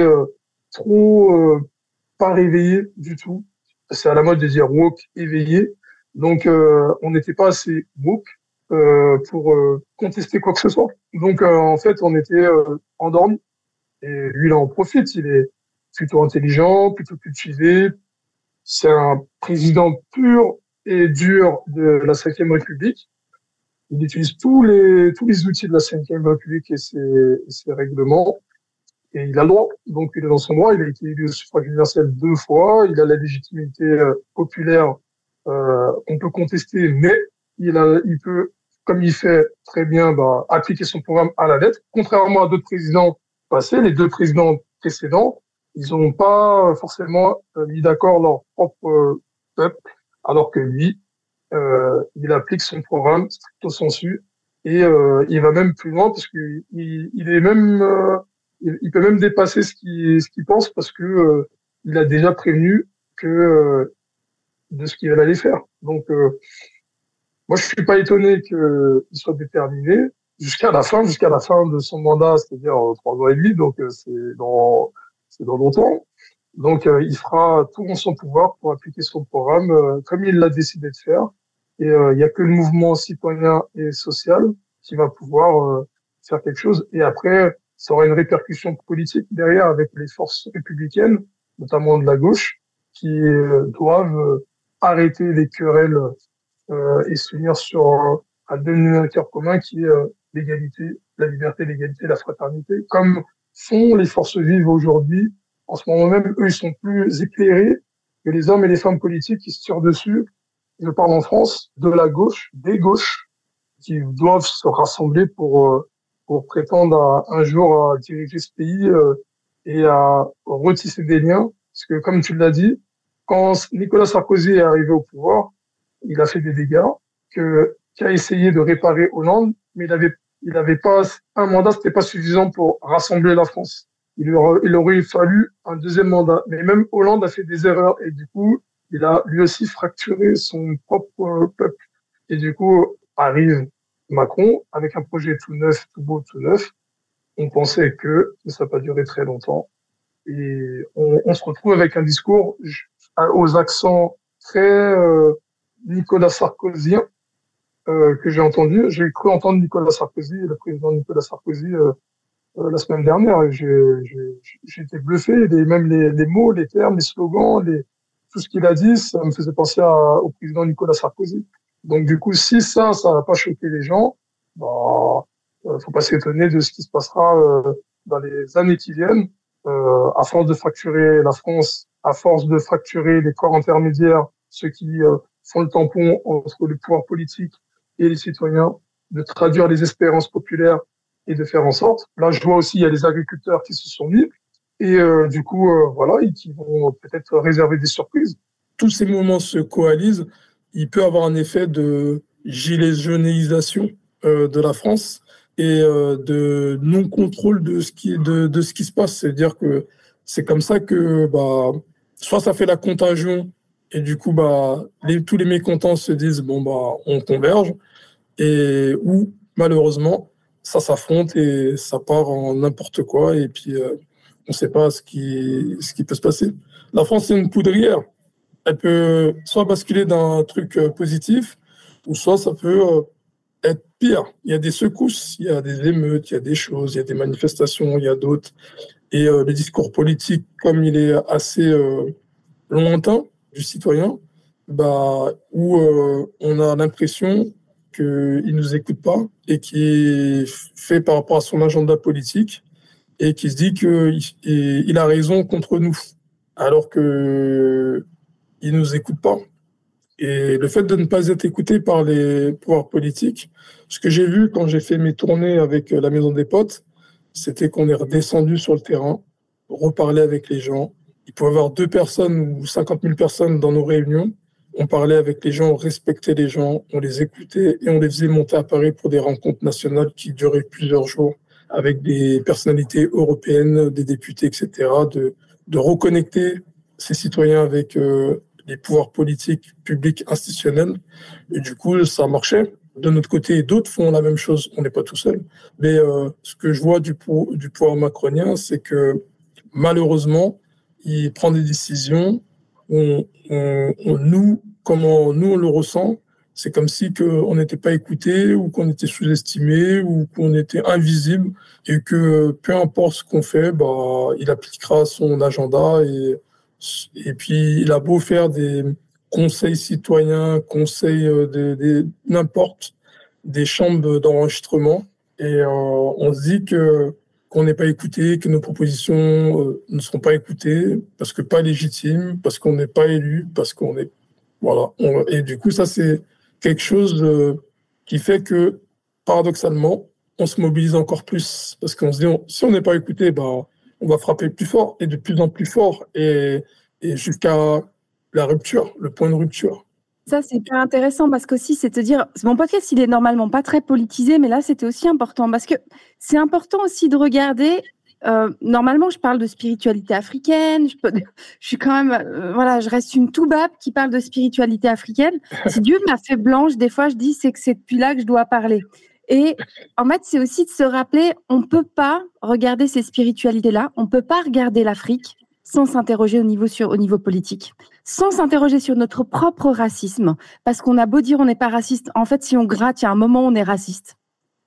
trop pas réveillé du tout. C'est à la mode de dire woke, éveillé. Donc, on n'était pas assez woke pour contester quoi que ce soit. Donc, en fait, on était endormi. Et lui, là, en profite. Il est plutôt intelligent, plutôt cultivé. C'est un président pur et dur de la Cinquième République. Il utilise tous les outils de la Cinquième République et ses règlements. Et il a le droit. Donc, il est dans son droit. Il a été élu au suffrage universel 2 fois. Il a la légitimité populaire qu'on peut contester, mais il peut, comme il fait très bien, bah, appliquer son programme à la lettre. Contrairement à d'autres présidents passés, les 2 présidents précédents, ils n'ont pas forcément mis d'accord leur propre peuple, alors que lui, il applique son programme stricto sensu et il va même plus loin parce que il est même il peut même dépasser ce qu'il pense parce que il a déjà prévenu que de ce qu'il allait faire. Donc moi je suis pas étonné qu'il soit déterminé jusqu'à la fin de son mandat, c'est-à-dire 3 ans et demi. Donc c'est dans longtemps. Donc il fera tout en son pouvoir pour appliquer son programme comme il l'a décidé de faire. Et il y a que le mouvement citoyen et social qui va pouvoir faire quelque chose. Et après, ça aura une répercussion politique derrière avec les forces républicaines, notamment de la gauche, qui doivent arrêter les querelles et s'unir sur un dénominateur commun qui est l'égalité, la liberté, l'égalité, la fraternité, comme sont les forces vives aujourd'hui. En ce moment même, eux, ils sont plus éclairés que les hommes et les femmes politiques qui se tirent dessus. Je parle en France de la gauche, des gauches, qui doivent se rassembler pour prétendre un jour à diriger ce pays et à retisser des liens. Parce que, comme tu l'as dit, quand Nicolas Sarkozy est arrivé au pouvoir, il a fait des dégâts qui a essayé de réparer Hollande, mais il avait pas un mandat, c'était pas suffisant pour rassembler la France. Il aurait fallu un deuxième mandat. Mais même Hollande a fait des erreurs et du coup, il a lui aussi fracturé son propre peuple. Et du coup, arrive Macron avec un projet tout neuf, tout beau, tout neuf. On pensait que ça n'a pas duré très longtemps. Et on se retrouve avec un discours aux accents très Nicolas Sarkozien que j'ai entendu. J'ai cru entendre Nicolas Sarkozy, le président Nicolas Sarkozy, la semaine dernière. Et j'ai été bluffé. Même les mots, les termes, les slogans, tout ce qu'il a dit, ça me faisait penser au président Nicolas Sarkozy. Donc du coup, si ça n'a pas choqué les gens, bah, faut pas s'étonner de ce qui se passera dans les années qui viennent. À force de fracturer la France, à force de fracturer les corps intermédiaires, ceux qui font le tampon entre le pouvoir politique et les citoyens, de traduire les espérances populaires et de faire en sorte. Là, je vois aussi, il y a les agriculteurs qui se sont mis et du coup, voilà, et qui vont peut-être réserver des surprises. Tous ces mouvements se coalisent. Il peut avoir un effet de gilet jaunisation de la France et de non-contrôle de ce qui se passe. C'est-à-dire que c'est comme ça que soit ça fait la contagion et du coup tous les mécontents se disent on converge, ou malheureusement ça s'affronte et ça part en n'importe quoi et puis on ne sait pas ce qui peut se passer. La France, c'est une poudrière. Elle peut soit basculer d'un truc positif ou soit ça peut être pire. Il y a des secousses, il y a des émeutes, il y a des choses, il y a des manifestations, il y a d'autres. Et le discours politique, comme il est assez lointain du citoyen, où on a l'impression qu'il ne nous écoute pas et qui est fait par rapport à son agenda politique et qui se dit qu'il a raison contre nous, alors qu'il ne nous écoute pas. Et le fait de ne pas être écouté par les pouvoirs politiques, ce que j'ai vu quand j'ai fait mes tournées avec la Maison des Potes, c'était qu'on est redescendu sur le terrain, reparler avec les gens. Il pouvait y avoir 2 personnes ou 50 000 personnes dans nos réunions. On parlait avec les gens, on respectait les gens, on les écoutait et on les faisait monter à Paris pour des rencontres nationales qui duraient plusieurs jours avec des personnalités européennes, des députés, etc., de reconnecter ces citoyens avec les pouvoirs politiques, publics, institutionnels. Et du coup, ça marchait. De notre côté, d'autres font la même chose. On n'est pas tout seul. Mais ce que je vois du pouvoir macronien, c'est que malheureusement, il prend des décisions. Comment nous on le ressent, c'est comme si on n'était pas écouté ou qu'on était sous-estimé ou qu'on était invisible et que peu importe ce qu'on fait, il appliquera son agenda et puis il a beau faire des conseils citoyens, conseils n'importe, des chambres d'enregistrement et on se dit qu'on n'est pas écouté, que nos propositions ne seront pas écoutées parce que pas légitimes, parce qu'on n'est pas élu, parce qu'on est voilà. Et du coup, ça c'est quelque chose qui fait que paradoxalement, on se mobilise encore plus parce qu'on se dit si on n'est pas écouté, on va frapper plus fort et de plus en plus fort et jusqu'à la rupture, le point de rupture. Ça, c'est hyper intéressant parce qu'aussi, c'est de dire, mon podcast, il est normalement pas très politisé, mais là, c'était aussi important parce que c'est important aussi de regarder. Normalement, je parle de spiritualité africaine. Je suis quand même, je reste une toubab qui parle de spiritualité africaine. Si Dieu m'a fait blanche, des fois, je dis c'est que c'est depuis là que je dois parler. Et en fait, c'est aussi de se rappeler, on peut pas regarder ces spiritualités-là, on peut pas regarder l'Afrique sans s'interroger au niveau politique, sans s'interroger sur notre propre racisme, parce qu'on a beau dire on n'est pas raciste, en fait, si on gratte, il y a un moment où on est raciste. Et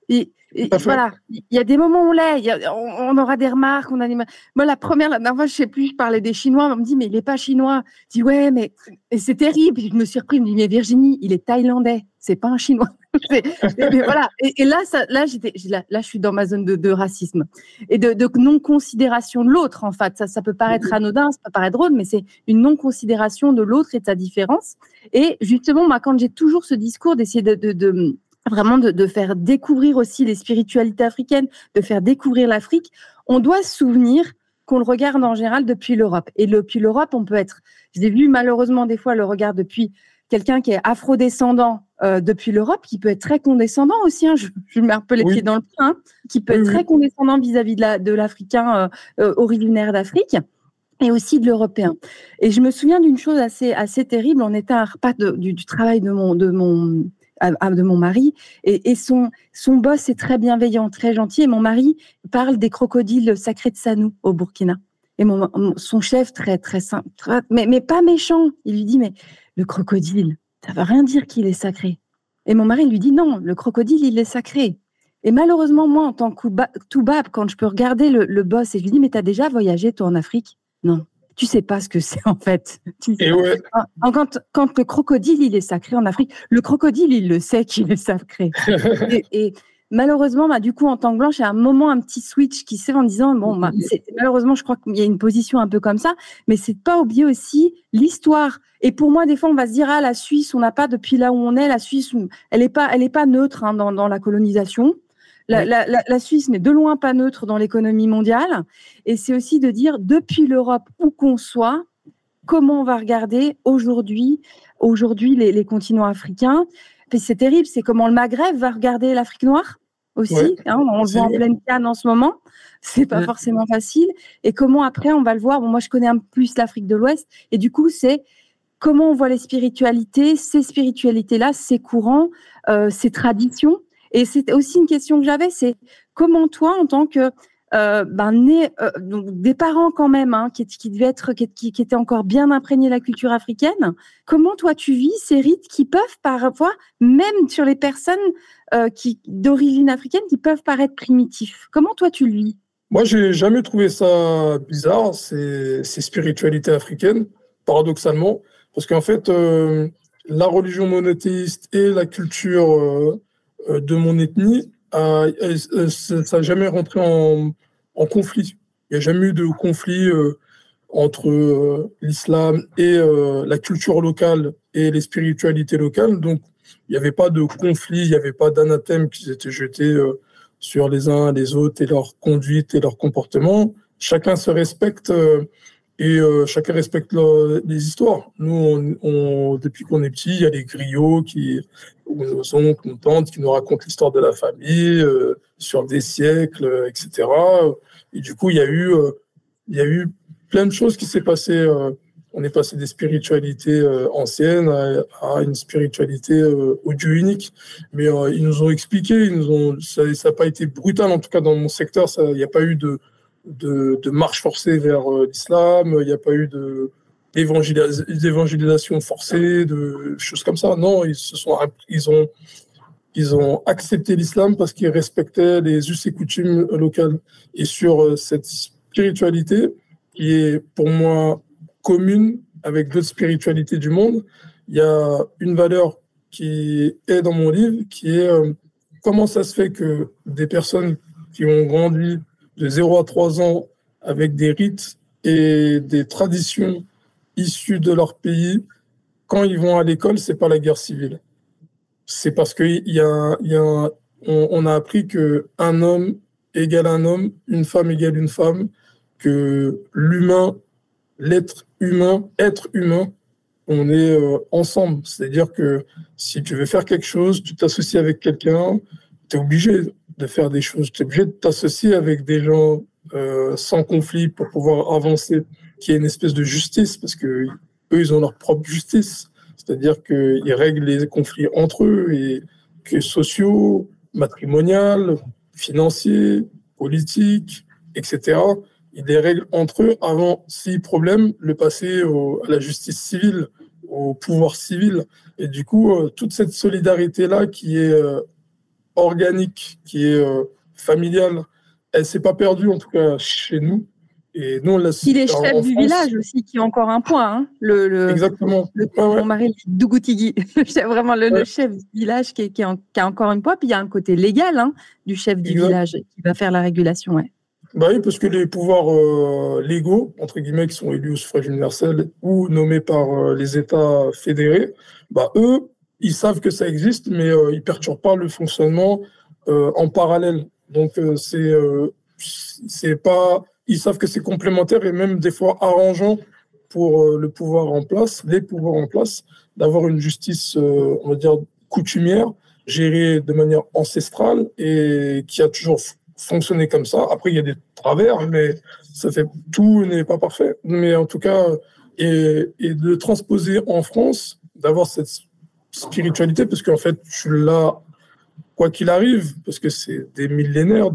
Voilà, il y a des moments où on aura des remarques. Moi, la dernière fois, je sais plus, je parlais des Chinois. On me dit, mais il n'est pas chinois. Je dis, ouais, mais c'est terrible. Je me suis repris, je me dis, mais Virginie, il est thaïlandais. C'est pas un Chinois. mais voilà. Et là, je suis dans ma zone de racisme et de non-considération de l'autre. En fait, ça peut paraître anodin, ça peut paraître drôle, mais c'est une non-considération de l'autre et de sa différence. Et justement, moi, quand j'ai toujours ce discours d'essayer vraiment de faire découvrir aussi les spiritualités africaines, de faire découvrir l'Afrique, on doit se souvenir qu'on le regarde en général depuis l'Europe. Et depuis l'Europe, je l'ai vu malheureusement des fois le regard depuis quelqu'un qui est afrodescendant depuis l'Europe, qui peut être très condescendant aussi, hein, je mets un peu les pieds dans le plat, qui peut être très condescendant vis-à-vis de l'Africain originaire d'Afrique, et aussi de l'Européen. Et je me souviens d'une chose assez terrible. On était à un repas du travail de mon mari, et son boss est très bienveillant, très gentil, et mon mari parle des crocodiles sacrés de Sanou au Burkina. Et son chef, très très simple, mais pas méchant, il lui dit, mais le crocodile, ça veut rien dire qu'il est sacré. Et mon mari lui dit, non, le crocodile, il est sacré. Et malheureusement, moi, en tant que toubab, quand je peux regarder le boss, et je lui dis, mais t'as déjà voyagé, toi, en Afrique? Non. Tu sais pas ce que c'est, en fait. Quand le crocodile, il est sacré en Afrique, le crocodile, il le sait qu'il est sacré. et malheureusement, du coup, en tant que blanche, il y a un petit switch qui se fait en disant, malheureusement, je crois qu'il y a une position un peu comme ça, mais c'est de pas oublier aussi l'histoire. Et pour moi, des fois, on va se dire, la Suisse, on n'a pas, depuis là où on est, la Suisse, elle est pas neutre, hein, dans la colonisation. La Suisse n'est de loin pas neutre dans l'économie mondiale. Et c'est aussi de dire, depuis l'Europe, où qu'on soit, comment on va regarder aujourd'hui les continents africains. Puis c'est terrible, c'est comment le Maghreb va regarder l'Afrique noire aussi. On le voit en pleine canne en ce moment. C'est pas forcément facile. Et comment après, on va le voir. Bon, moi, je connais un peu plus l'Afrique de l'Ouest. Et du coup, c'est comment on voit les spiritualités, ces spiritualités-là, ces courants, ces traditions. Et c'est aussi une question que j'avais, c'est comment toi, en tant que donc des parents quand même, hein, qui étaient encore bien imprégnés de la culture africaine, comment toi tu vis ces rites qui peuvent parfois, même sur les personnes d'origine africaine, qui peuvent paraître primitifs? Comment toi tu le vis? Moi, j'ai jamais trouvé ça bizarre, ces spiritualités africaines, paradoxalement, parce qu'en fait, la religion monothéiste et la culture de mon ethnie, ça n'a jamais rentré en conflit. Il n'y a jamais eu de conflit entre l'islam et la culture locale et les spiritualités locales. Donc, il n'y avait pas de conflit, il n'y avait pas d'anathème qui s'était jeté sur les uns les autres et leur conduite et leur comportement. Chacun se respecte et chacun respecte les histoires. Nous, depuis qu'on est petit, il y a les griots ou nos oncles, nos tantes qui nous racontent l'histoire de la famille sur des siècles, etc. Et du coup, il y a eu plein de choses qui s'est passé. On est passé des spiritualités anciennes à une spiritualité au Dieu unique. Mais ils nous ont expliqué, ça n'a pas été brutal, en tout cas dans mon secteur. Il n'y a pas eu de marche forcée vers l'islam, il n'y a pas eu d'évangélisation forcée, de choses comme ça. Non, ils ont accepté l'islam parce qu'ils respectaient les us et coutumes locales. Et sur cette spiritualité, qui est pour moi commune avec d'autres spiritualités du monde, il y a une valeur qui est dans mon livre, qui est comment ça se fait que des personnes qui ont grandi de 0 à 3 ans avec des rites et des traditions issues de leur pays, quand ils vont à l'école, c'est pas la guerre civile. C'est parce on a appris que un homme égale un homme, une femme égale une femme, que être humain, on est ensemble. C'est-à-dire que si tu veux faire quelque chose, tu t'associes avec quelqu'un, tu es obligé de faire des choses. Tu es obligé de t'associer avec des gens sans conflit pour pouvoir avancer, qu'il y ait une espèce de justice, parce que eux, ils ont leur propre justice. C'est-à-dire qu'ils règlent les conflits entre eux, et que sociaux, matrimoniaux, financiers, politiques, etc. Ils les règlent entre eux avant, si problème, le passer à la justice civile, au pouvoir civil. Et du coup, toute cette solidarité-là qui est organique, qui est familiale, elle s'est pas perdue, en tout cas chez nous. Et nous, on l'a Il est chef du village aussi, qui est encore un point. Hein. Exactement. Mon mari, le Dougoutigui, vraiment le chef du village qui a encore un point. Puis il y a un côté légal du chef du village qui va faire la régulation. Ouais. Bah oui, parce que les pouvoirs légaux, entre guillemets, qui sont élus au suffrage universel ou nommés par les États fédérés, bah eux, ils savent que ça existe, mais ils perturbent pas le fonctionnement en parallèle. Donc c'est pas, ils savent que c'est complémentaire et même des fois arrangeant pour le pouvoir en place, les pouvoirs en place, d'avoir une justice, on va dire, coutumière, gérée de manière ancestrale et qui a toujours fonctionné comme ça. Après, il y a des travers, mais tout n'est pas parfait. Mais en tout cas, et de transposer en France, d'avoir cette spiritualité, parce qu'en fait, tu l'as quoi qu'il arrive, parce que c'est des millénaires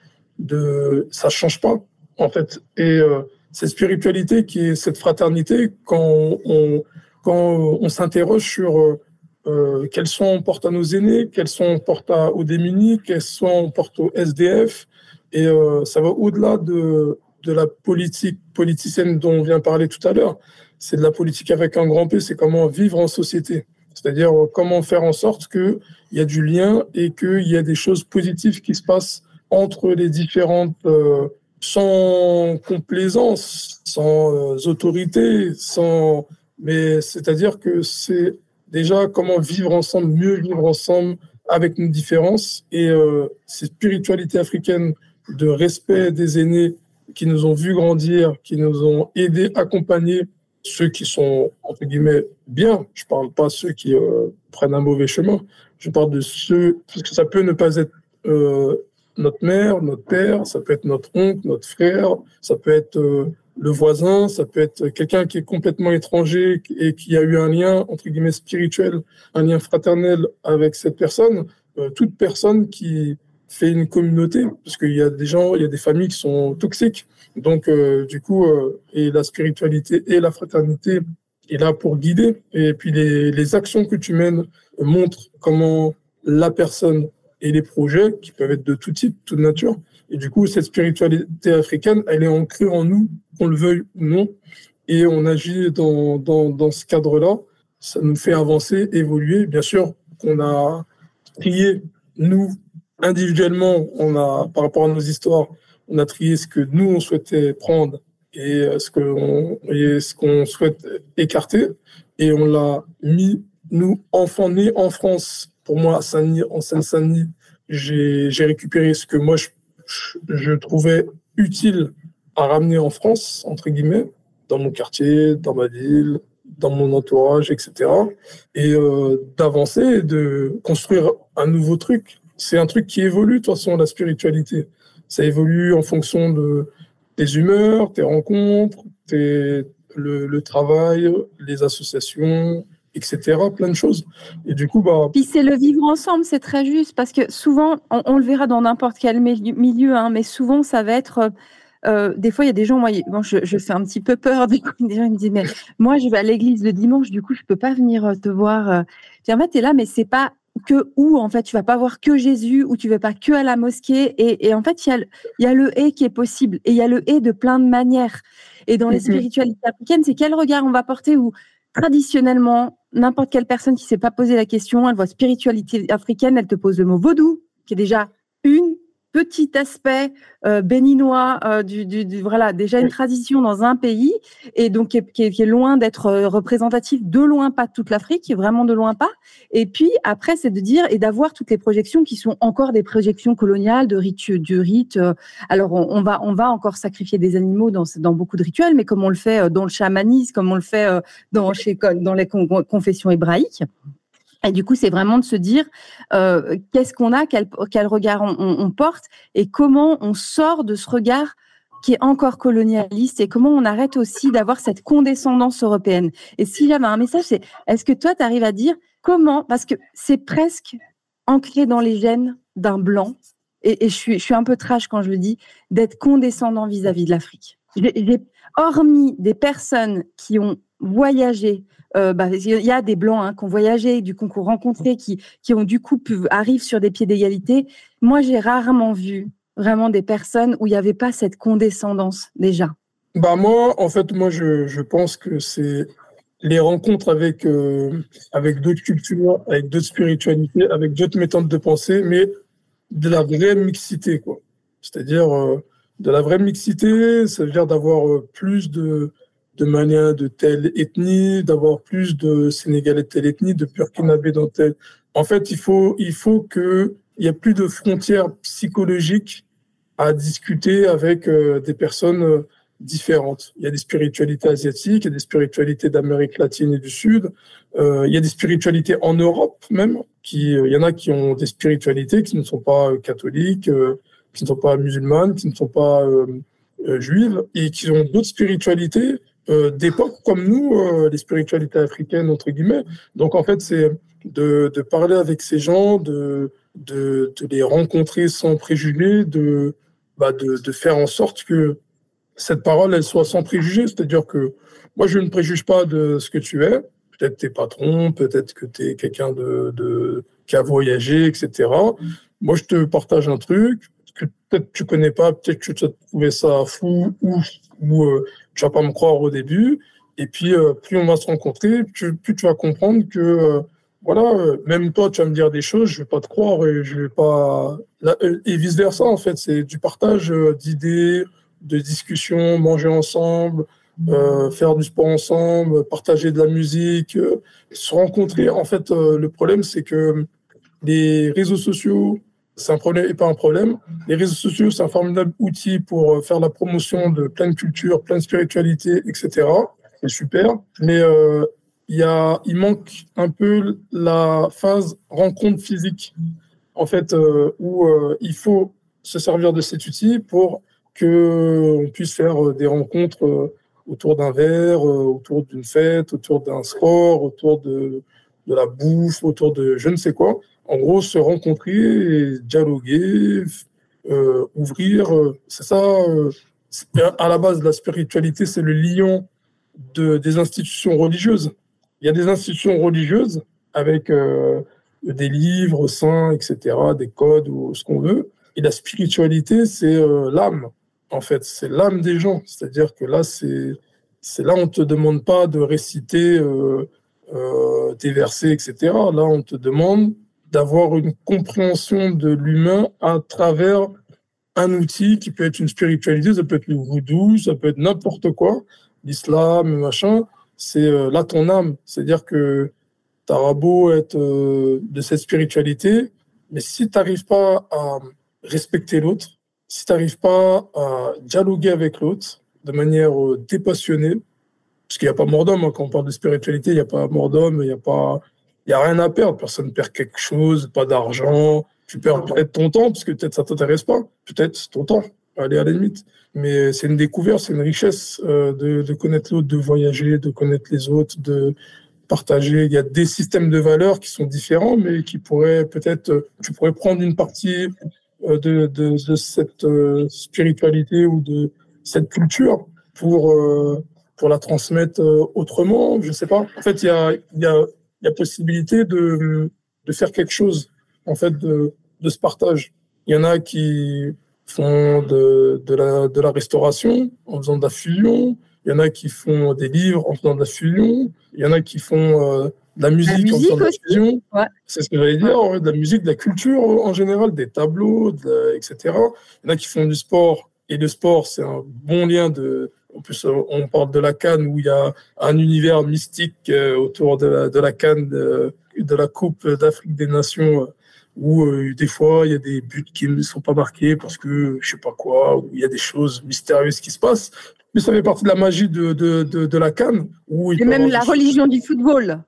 ça change pas, en fait. Et cette spiritualité qui est cette fraternité, quand on s'interroge sur quelles sont on porte à nos aînés, quelles sont on porte aux démunis, quelles sont on porte aux SDF, et ça va au-delà de la politique politicienne dont on vient parler tout à l'heure. C'est de la politique avec un grand P, c'est comment vivre en société. C'est-à-dire comment faire en sorte qu'il y a du lien et qu'il y a des choses positives qui se passent entre les différentes, sans complaisance, sans autorité, mais c'est-à-dire que c'est déjà comment vivre ensemble, mieux vivre ensemble avec nos différences. Et cette spiritualité africaine de respect des aînés qui nous ont vus grandir, qui nous ont aidés, accompagnés, ceux qui sont, entre guillemets, bien. Je ne parle pas ceux qui prennent un mauvais chemin. Je parle de ceux, parce que ça peut ne pas être notre mère, notre père, ça peut être notre oncle, notre frère, ça peut être le voisin, ça peut être quelqu'un qui est complètement étranger et qui a eu un lien, entre guillemets, spirituel, un lien fraternel avec cette personne. Toute personne qui fait une communauté, parce qu'il y a des gens, il y a des familles qui sont toxiques. Donc, du coup, et la spiritualité et la fraternité est là pour guider. Et puis, les actions que tu mènes montrent comment la personne et les projets, qui peuvent être de tout type, toute nature. Et du coup, cette spiritualité africaine, elle est ancrée en nous, qu'on le veuille ou non. Et on agit dans ce cadre-là. Ça nous fait avancer, évoluer. Bien sûr qu'on a trié, nous, individuellement, par rapport à nos histoires, on a trié ce que nous, on souhaitait prendre et ce qu'on souhaite écarter. Et on l'a mis, nous, enfants nés en France. Pour moi, en Seine-Saint-Denis, j'ai récupéré ce que moi, je trouvais utile à ramener en France, entre guillemets, dans mon quartier, dans ma ville, dans mon entourage, etc. Et d'avancer et de construire un nouveau truc. C'est un truc qui évolue, de toute façon, la spiritualité. Ça évolue en fonction de tes humeurs, tes rencontres, le travail, les associations, etc. Plein de choses. Et du coup, Puis c'est le vivre ensemble, c'est très juste, parce que souvent, on le verra dans n'importe quel milieu, mais souvent, ça va être... des fois, il y a des gens, je fais un petit peu peur. Des gens ils me disent, mais moi, je vais à l'église le dimanche, du coup, je peux pas venir te voir. Puis en fait, tu es là, mais c'est pas que où, en fait, tu vas pas voir que Jésus ou tu vas pas que à la mosquée. Et en fait, il y a le et qui est possible. Et il y a le et de plein de manières. Et dans les spiritualités africaines, c'est quel regard on va porter où, traditionnellement, n'importe quelle personne qui s'est pas posé la question, elle voit spiritualité africaine, elle te pose le mot vaudou, qui est déjà une petit aspect béninois, voilà, déjà une tradition dans un pays, et donc qui est loin d'être représentatif, de loin pas de toute l'Afrique, vraiment de loin pas. Et puis après, c'est de dire et d'avoir toutes les projections qui sont encore des projections coloniales, du rite. Alors on va encore sacrifier des animaux dans beaucoup de rituels, mais comme on le fait dans le chamanisme, comme on le fait dans les confessions hébraïques. Et du coup, c'est vraiment de se dire qu'est-ce qu'on a, quel regard on porte et comment on sort de ce regard qui est encore colonialiste et comment on arrête aussi d'avoir cette condescendance européenne. Et s'il y avait un message, c'est est-ce que toi, tu arrives à dire comment, parce que c'est presque ancré dans les gènes d'un blanc, et je suis un peu trash quand je le dis, d'être condescendant vis-à-vis de l'Afrique. Hormis des personnes qui ont voyagé. Il y a des Blancs qui ont voyagé, du coup, qui ont rencontré, qui ont du coup arrivent sur des pieds d'égalité. Moi, j'ai rarement vu vraiment des personnes où il n'y avait pas cette condescendance déjà. Moi, en fait, je pense que c'est les rencontres avec d'autres cultures, avec d'autres spiritualités, avec d'autres méthodes de pensée, mais de la vraie mixité, quoi. C'est-à-dire de la vraie mixité, ça veut dire d'avoir plus de Maliens de telle ethnie, d'avoir plus de Sénégalais de telle ethnie, de Burkinabés dans telle. En fait, il faut qu'il y ait plus de frontières psychologiques à discuter avec des personnes différentes. Il y a des spiritualités asiatiques, il y a des spiritualités d'Amérique latine et du Sud, il y a des spiritualités en Europe même, il y en a qui ont des spiritualités qui ne sont pas catholiques, qui ne sont pas musulmanes, qui ne sont pas juives, et qui ont d'autres spiritualités d'époque comme nous, les spiritualités africaines, entre guillemets. Donc en fait, c'est de parler avec ces gens, de les rencontrer sans préjugés, de faire en sorte que cette parole, elle soit sans préjugés. C'est-à-dire que moi, je ne préjuge pas de ce que tu es. Peut-être t'es patron, peut-être que tu es quelqu'un qui a voyagé, etc. Moi, je te partage un truc que peut-être tu connais pas, peut-être que tu as trouvé ça fou ou tu vas pas me croire au début. Et puis, plus on va se rencontrer, plus tu vas comprendre que même toi, tu vas me dire des choses, je vais pas te croire et je vais pas et vice versa. En fait, c'est du partage d'idées, de discussions, manger ensemble, faire du sport ensemble, partager de la musique, se rencontrer. En fait, le problème, c'est que les réseaux sociaux, c'est un problème et pas un problème. Les réseaux sociaux, c'est un formidable outil pour faire la promotion de plein de cultures, plein de spiritualités, etc. C'est super. Mais il manque un peu la phase rencontre physique, en fait, où il faut se servir de cet outil pour qu'on puisse faire des rencontres autour d'un verre, autour d'une fête, autour d'un sport, autour de la bouffe, autour de je ne sais quoi. En gros, se rencontrer, et dialoguer, ouvrir. C'est ça, à la base, la spiritualité, c'est le lion des institutions religieuses. Il y a des institutions religieuses avec des livres saints, etc., des codes ou ce qu'on veut. Et la spiritualité, c'est l'âme, en fait. C'est l'âme des gens. C'est-à-dire que là, c'est là, on ne te demande pas de réciter des versets, etc. Là, on te demande d'avoir une compréhension de l'humain à travers un outil qui peut être une spiritualité, ça peut être le voodoo, ça peut être n'importe quoi, l'islam, machin. C'est là ton âme. C'est-à-dire que tu auras beau être de cette spiritualité, mais si tu n'arrives pas à respecter l'autre, si tu n'arrives pas à dialoguer avec l'autre de manière dépassionnée, parce qu'il n'y a pas mort d'homme, hein, quand on parle de spiritualité, il n'y a pas mort d'homme, il n'y a rien à perdre, personne ne perd quelque chose, pas d'argent, tu perds peut-être ton temps, parce que peut-être ça ne t'intéresse pas, peut-être ton temps, allez à la limite. Mais c'est une découverte, c'est une richesse de connaître l'autre, de voyager, de connaître les autres, de partager. Il y a des systèmes de valeurs qui sont différents, mais qui pourraient peut-être, tu pourrais prendre une partie de cette spiritualité ou de cette culture pour la transmettre autrement, je ne sais pas. En fait, il y a possibilité de faire quelque chose, en fait, de ce partage. Il y en a qui font de la restauration en faisant de la fusion. Il y en a qui font des livres en faisant de la fusion. Il y en a qui font de la musique en faisant de la fusion. Ouais. C'est ce que j'allais dire, ouais, de la musique, de la culture en général, des tableaux, etc. Il y en a qui font du sport. Et le sport, c'est un bon lien de... En plus, on parle de la CAN où il y a un univers mystique autour de la CAN, de la Coupe d'Afrique des Nations, où des fois, il y a des buts qui ne sont pas marqués parce que je ne sais pas quoi, où il y a des choses mystérieuses qui se passent. Mais ça fait partie de la magie de la CAN. Et même la religion du football.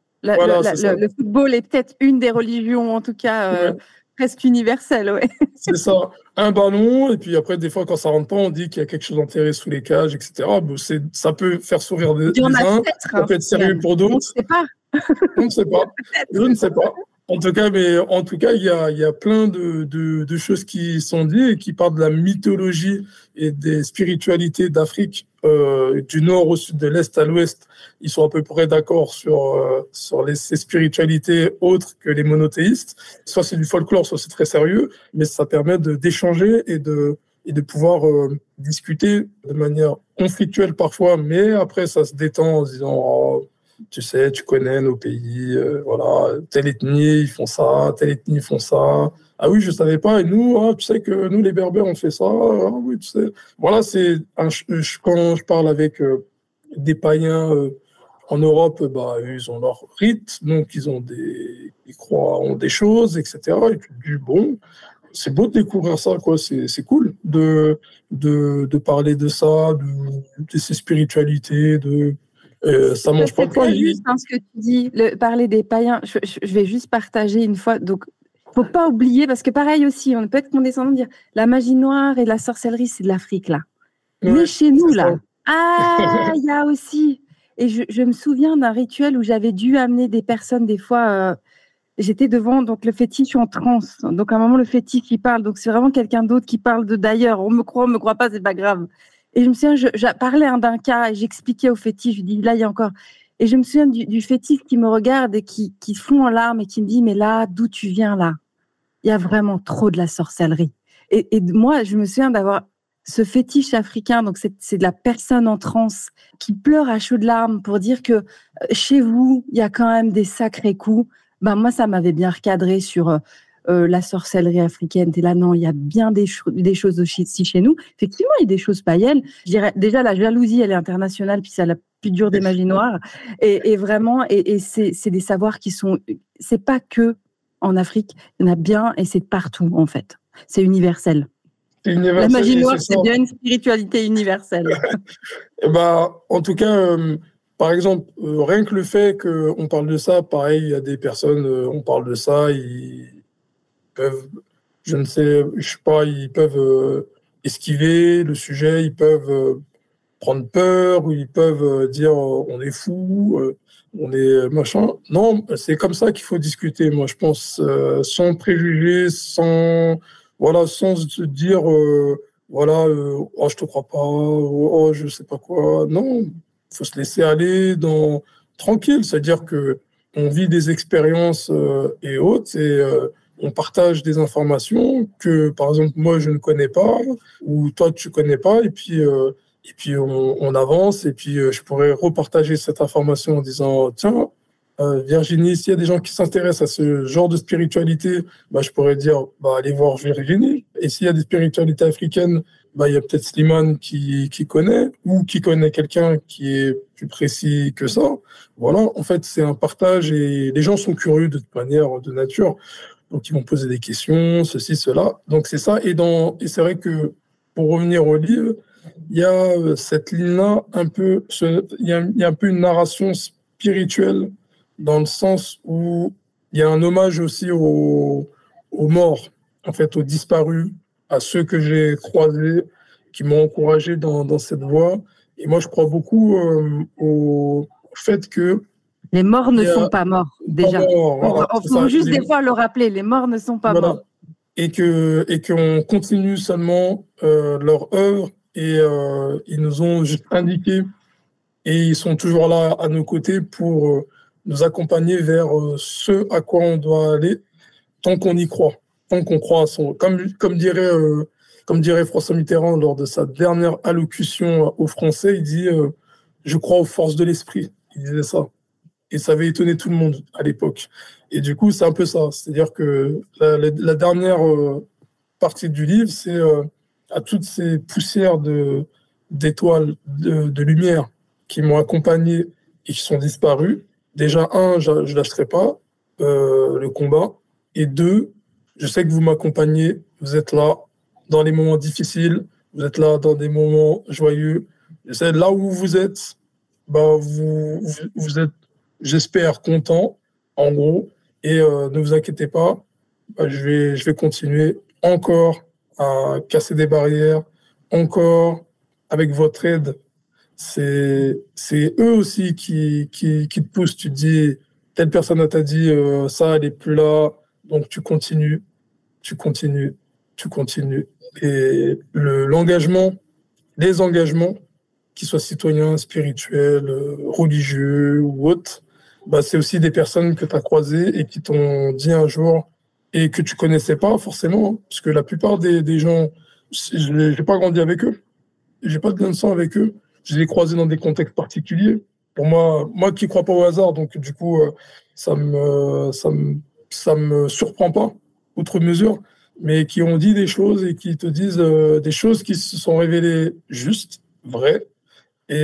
Le football est peut-être une des religions, en tout cas, presque universelle. Ouais. C'est ça. Un ballon, et puis après, des fois, quand ça ne rentre pas, on dit qu'il y a quelque chose enterré sous les cages, etc. Bon, ça peut faire sourire les uns, ça peut être sérieux pour d'autres. On ne sait pas. On ne sait pas. Je ne sais pas. En tout cas, il y a plein de choses qui sont dites et qui parlent de la mythologie et des spiritualités d'Afrique, du nord au sud, de l'est à l'ouest. Ils sont à peu près d'accord sur ces spiritualités autres que les monothéistes. Soit c'est du folklore, soit c'est très sérieux, mais ça permet d'échanger et de pouvoir discuter de manière conflictuelle parfois, mais après ça se détend en se disant oh, tu sais, tu connais nos pays, voilà, telle ethnie, ils font ça, telle ethnie, ils font ça. Ah oui, je savais pas. Et nous, tu sais que nous, les Berbères, on fait ça. Ah oui, tu sais. Voilà, quand je parle avec des païens en Europe, bah, ils ont leur rite, donc ils croient en des choses, etc. Et tu te dis, bon, c'est beau de découvrir ça, quoi. C'est cool de parler de ça, de ces spiritualités, ça mange pas de pain. C'est très juste ce que tu dis, parler des païens. Je vais juste partager une fois. Donc, faut pas oublier, parce que pareil aussi, on peut être condescendant de dire la magie noire et la sorcellerie, c'est de l'Afrique, là. Ouais, mais chez nous, là, il y a aussi. Et je me souviens d'un rituel où j'avais dû amener des personnes, des fois, j'étais devant donc le fétiche en transe. Donc, à un moment, le fétiche, il parle. Donc, c'est vraiment quelqu'un d'autre qui parle d'ailleurs. On me croit pas, c'est pas grave. Et je me souviens, je parlais d'un cas et j'expliquais au fétiche, je dis là, il y a encore. Et je me souviens du fétiche qui me regarde et qui fond en larmes et qui me dit, mais là, d'où tu viens là? Il y a vraiment trop de la sorcellerie. Et moi, je me souviens d'avoir ce fétiche africain, donc c'est de la personne en transe qui pleure à chaudes larmes pour dire que chez vous, il y a quand même des sacrés coups. Ben, moi, ça m'avait bien recadré sur la sorcellerie africaine. Et là, non, il y a bien des choses aussi chez nous. Effectivement, il y a des choses païennes. Je dirais, déjà, la jalousie, elle est internationale, puis c'est la plus dure des magies noires. Et vraiment, c'est des savoirs qui sont... C'est pas que en Afrique, il y en a bien, et c'est partout, en fait. C'est universel. La magie noire, c'est bien une spiritualité universelle. En tout cas, par exemple, rien que le fait qu'on parle de ça, pareil, il y a des personnes, on parle de ça, ils peuvent, je sais pas, ils peuvent esquiver le sujet, ils peuvent prendre peur, ou ils peuvent dire on est fou, on est machin. Non, c'est comme ça qu'il faut discuter, moi, je pense, sans préjugés, sans se dire oh, je te crois pas, oh, je sais pas quoi. Non, il faut se laisser aller tranquille, c'est-à-dire que on vit des expériences et autres, et on partage des informations que, par exemple, moi, je ne connais pas, ou toi, tu connais pas, et puis on avance, et puis je pourrais repartager cette information en disant, tiens, Virginie, s'il y a des gens qui s'intéressent à ce genre de spiritualité, je pourrais dire, allez voir Virginie. Et s'il y a des spiritualités africaines, il y a peut-être Slimane qui connaît, ou qui connaît quelqu'un qui est plus précis que ça. Voilà, en fait, c'est un partage, et les gens sont curieux de toute manière, de nature. Donc, ils vont poser des questions, ceci, cela. Donc, c'est ça. Et c'est vrai que, pour revenir au livre, il y a cette ligne-là, il y a un peu une narration spirituelle, dans le sens où il y a un hommage aussi aux morts, en fait, aux disparus, à ceux que j'ai croisés, qui m'ont encouragé dans cette voie. Et moi, je crois beaucoup au fait que les morts ne sont pas morts, déjà. Il faut juste des fois le rappeler, les morts ne sont pas morts. Et qu'on continue seulement leur œuvre, et ils nous ont juste indiqué, et ils sont toujours là à nos côtés pour nous accompagner vers ce à quoi on doit aller, tant qu'on y croit, tant qu'on croit à comme dirait François Mitterrand lors de sa dernière allocution aux Français, il dit je crois aux forces de l'esprit. Il disait ça. Et ça avait étonné tout le monde à l'époque. Et du coup, c'est un peu ça. C'est-à-dire que la dernière partie du livre, c'est à toutes ces poussières d'étoiles, de lumière qui m'ont accompagné et qui sont disparues. Déjà, je ne lâcherai pas le combat. Et deux, je sais que vous m'accompagnez. Vous êtes là dans les moments difficiles. Vous êtes là dans des moments joyeux. Je sais, là où vous êtes, vous êtes, j'espère, content, en gros, et ne vous inquiétez pas, je vais continuer encore à casser des barrières, encore avec votre aide. C'est eux aussi qui te poussent. Tu te dis, telle personne t'a dit ça, elle est plus là, donc tu continues, tu continues, tu continues. Et l'engagement, les engagements, qu'ils soient citoyens, spirituels, religieux ou autres, bah, c'est aussi des personnes que tu as croisées et qui t'ont dit un jour et que tu connaissais pas forcément, hein, parce que la plupart des gens, je n'ai pas grandi avec eux, j'ai pas de lien de sang avec eux, je les ai croisés dans des contextes particuliers. Pour moi qui crois pas au hasard, donc du coup, ça me surprend pas, outre mesure, mais qui ont dit des choses et qui te disent des choses qui se sont révélées justes, vraies, et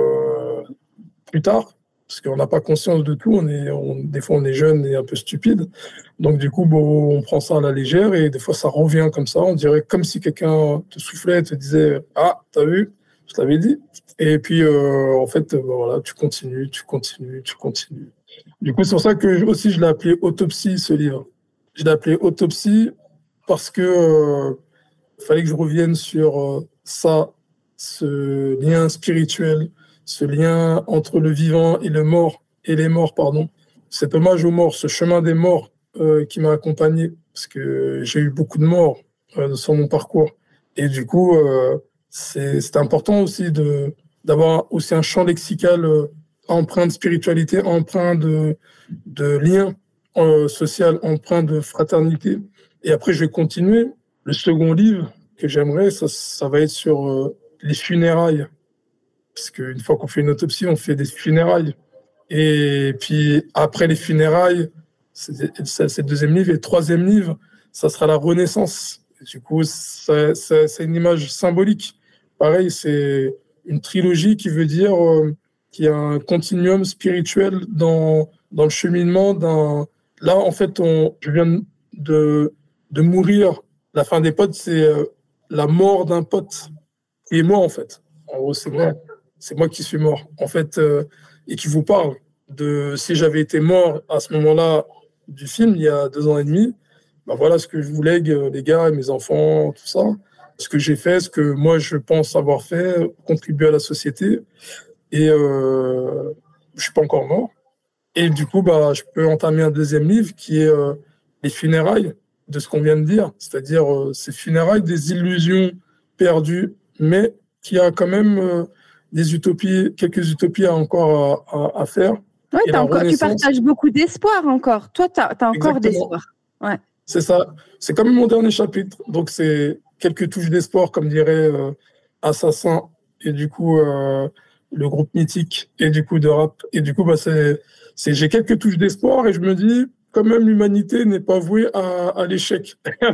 plus tard, parce qu'on n'a pas conscience de tout, des fois on est jeune et un peu stupide, donc du coup bon, on prend ça à la légère et des fois ça revient comme ça, on dirait comme si quelqu'un te soufflait et te disait « Ah, t'as vu, je t'avais dit ». Et puis en fait, voilà, tu continues, tu continues, tu continues. Du coup, c'est pour ça que aussi je l'ai appelé Autopsie, ce livre. Je l'ai appelé Autopsie parce que fallait que je revienne sur ça, ce lien spirituel, ce lien entre le vivant et le mort, et les morts, pardon. Cet hommage aux morts, ce chemin des morts qui m'a accompagné, parce que j'ai eu beaucoup de morts sur mon parcours. Et du coup, c'est important aussi d'avoir aussi un champ lexical empreint de spiritualité, empreint de lien social, empreint de fraternité. Et après, je vais continuer. Le second livre que j'aimerais, ça va être sur les funérailles. Parce qu'une fois qu'on fait une autopsie, on fait des funérailles. Et puis après les funérailles, c'est le deuxième livre. Et le troisième livre, ça sera la Renaissance. Et du coup, c'est une image symbolique. Pareil, c'est une trilogie qui veut dire qu'il y a un continuum spirituel dans le cheminement d'un... Là, en fait, je viens de mourir. La fin des potes, c'est la mort d'un pote qui est mort, en fait. En gros, c'est moi. C'est moi qui suis mort, en fait, et qui vous parle de si j'avais été mort à ce moment-là du film, il y a 2 ans et demi, ben voilà ce que je vous lègue, les gars, mes enfants, tout ça, ce que j'ai fait, ce que moi je pense avoir fait, contribuer à la société, et je suis pas encore mort. Et du coup, bah, je peux entamer un deuxième livre qui est les funérailles de ce qu'on vient de dire, c'est-à-dire ces funérailles des illusions perdues, mais qui a quand même des utopies, quelques utopies encore à faire. Ouais, tu partages beaucoup d'espoir encore. Toi, tu as encore d'espoir. Ouais. C'est ça. C'est comme mon dernier chapitre. Donc, c'est quelques touches d'espoir, comme dirait Assassin, et du coup, le groupe mythique, et du coup, de rap. Et du coup, bah, j'ai quelques touches d'espoir, et je me dis, quand même, l'humanité n'est pas vouée à l'échec.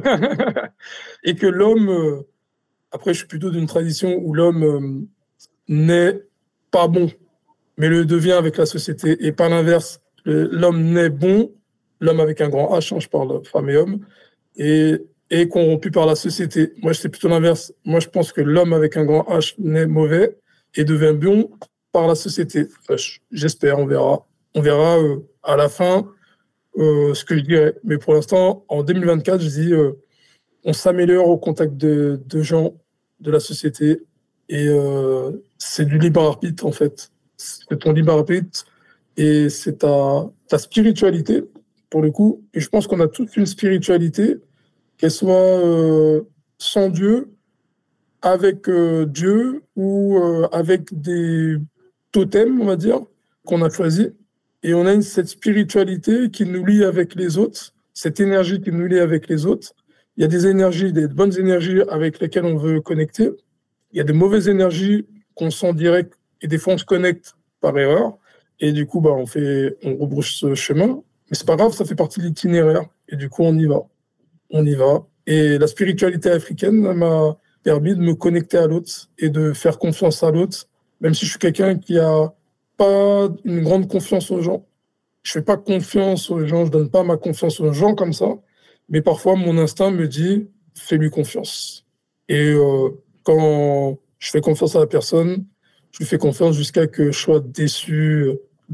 Et que l'homme, après, je suis plutôt d'une tradition où l'homme n'est pas bon, mais le devient avec la société, et pas l'inverse. L'homme naît bon, l'homme avec un grand H, hein, je parle femme et homme, et corrompu par la société. Moi, c'est plutôt l'inverse. Moi, je pense que l'homme avec un grand H naît mauvais et devient bon par la société. Enfin, j'espère, on verra. On verra à la fin ce que je dirais. Mais pour l'instant, en 2024, je dis on s'améliore au contact de gens de la société, et c'est du libre arbitre, en fait. C'est ton libre arbitre et c'est ta spiritualité, pour le coup. Et je pense qu'on a toute une spiritualité, qu'elle soit sans Dieu, avec Dieu ou avec des totems, on va dire, qu'on a choisis. Et on a cette spiritualité qui nous lie avec les autres, cette énergie qui nous lie avec les autres. Il y a des énergies, des bonnes énergies avec lesquelles on veut connecter. Il y a des mauvaises énergies qu'on sent direct et des fois on se connecte par erreur. Et du coup, bah, on rebrousse ce chemin. Mais c'est pas grave, ça fait partie de l'itinéraire. Et du coup, on y va. On y va. Et la spiritualité africaine m'a permis de me connecter à l'autre et de faire confiance à l'autre, même si je suis quelqu'un qui a pas une grande confiance aux gens. Je fais pas confiance aux gens, je donne pas ma confiance aux gens comme ça. Mais parfois, mon instinct me dit, fais-lui confiance. Et quand je fais confiance à la personne, je lui fais confiance jusqu'à que je sois déçu,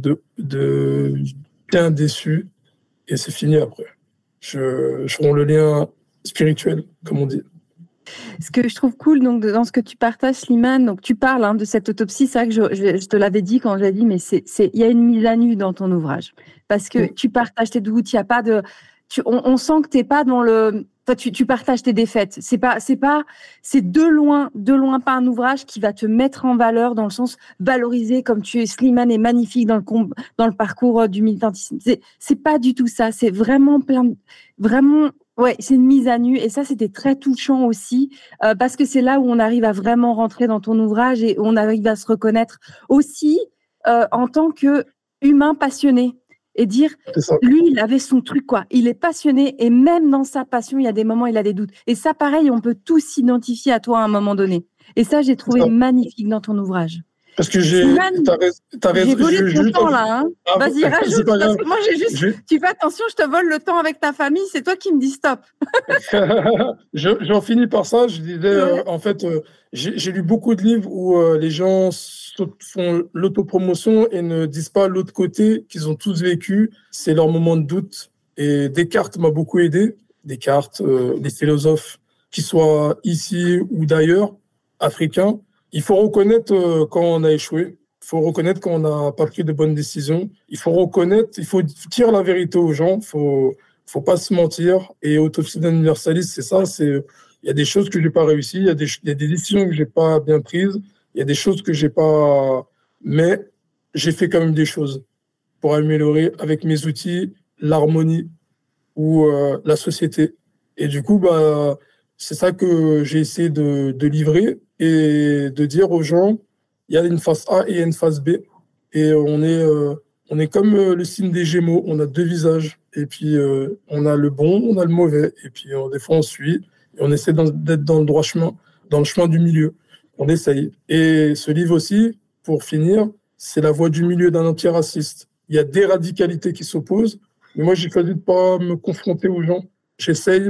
bien déçu, et c'est fini après. Je romps le lien spirituel, comme on dit. Ce que je trouve cool donc, dans ce que tu partages, Slimane, donc tu parles de cette autopsie, c'est vrai que je te l'avais dit quand je l'ai dit, mais il y a une mise à nu dans ton ouvrage. Parce que tu partages tes doutes, il y a pas de. On sent que tu n'es pas dans le. Enfin, tu partages tes défaites. C'est de loin pas un ouvrage qui va te mettre en valeur dans le sens valoriser comme tu es. Slimane est magnifique dans le parcours du militantisme. C'est pas du tout ça. C'est vraiment ouais, c'est une mise à nu et ça, c'était très touchant aussi parce que c'est là où on arrive à vraiment rentrer dans ton ouvrage et où on arrive à se reconnaître aussi en tant que humain passionné et dire, lui, il avait son truc, quoi. Il est passionné et même dans sa passion, il y a des moments, il a des doutes. Et ça, pareil, on peut tous s'identifier à toi à un moment donné. Et ça, j'ai trouvé magnifique dans ton ouvrage. Parce que j'ai volé ton temps là. Hein. Vas-y, rajoute. Parce que moi, tu fais attention, je te vole le temps avec ta famille. C'est toi qui me dis stop. J'en finis par ça. Je disais, en fait, j'ai lu beaucoup de livres où les gens font l'autopromotion et ne disent pas l'autre côté qu'ils ont tous vécu. C'est leur moment de doute. Et Descartes m'a beaucoup aidé. Descartes, les philosophes, qu'ils soient ici ou d'ailleurs, africains. Il faut reconnaître quand on a échoué. Il faut reconnaître quand on n'a pas pris de bonnes décisions. Il faut dire la vérité aux gens. Il faut pas se mentir. Et autopsie d'un universaliste, c'est ça. Il y a des choses que j'ai pas réussi. Il y a des décisions que j'ai pas bien prises. Il y a des choses que j'ai pas. Mais j'ai fait quand même des choses pour améliorer avec mes outils l'harmonie ou la société. Et du coup, c'est ça que j'ai essayé de livrer et de dire aux gens, il y a une face A et une face B. Et on est comme le signe des Gémeaux, on a deux visages. Et puis, on a le bon, on a le mauvais. Et puis, des fois, on suit et on essaie d'être dans le droit chemin, dans le chemin du milieu. On essaye. Et ce livre aussi, pour finir, c'est la voie du milieu d'un antiraciste. Il y a des radicalités qui s'opposent, mais moi, j'ai choisi de ne pas me confronter aux gens. J'essaye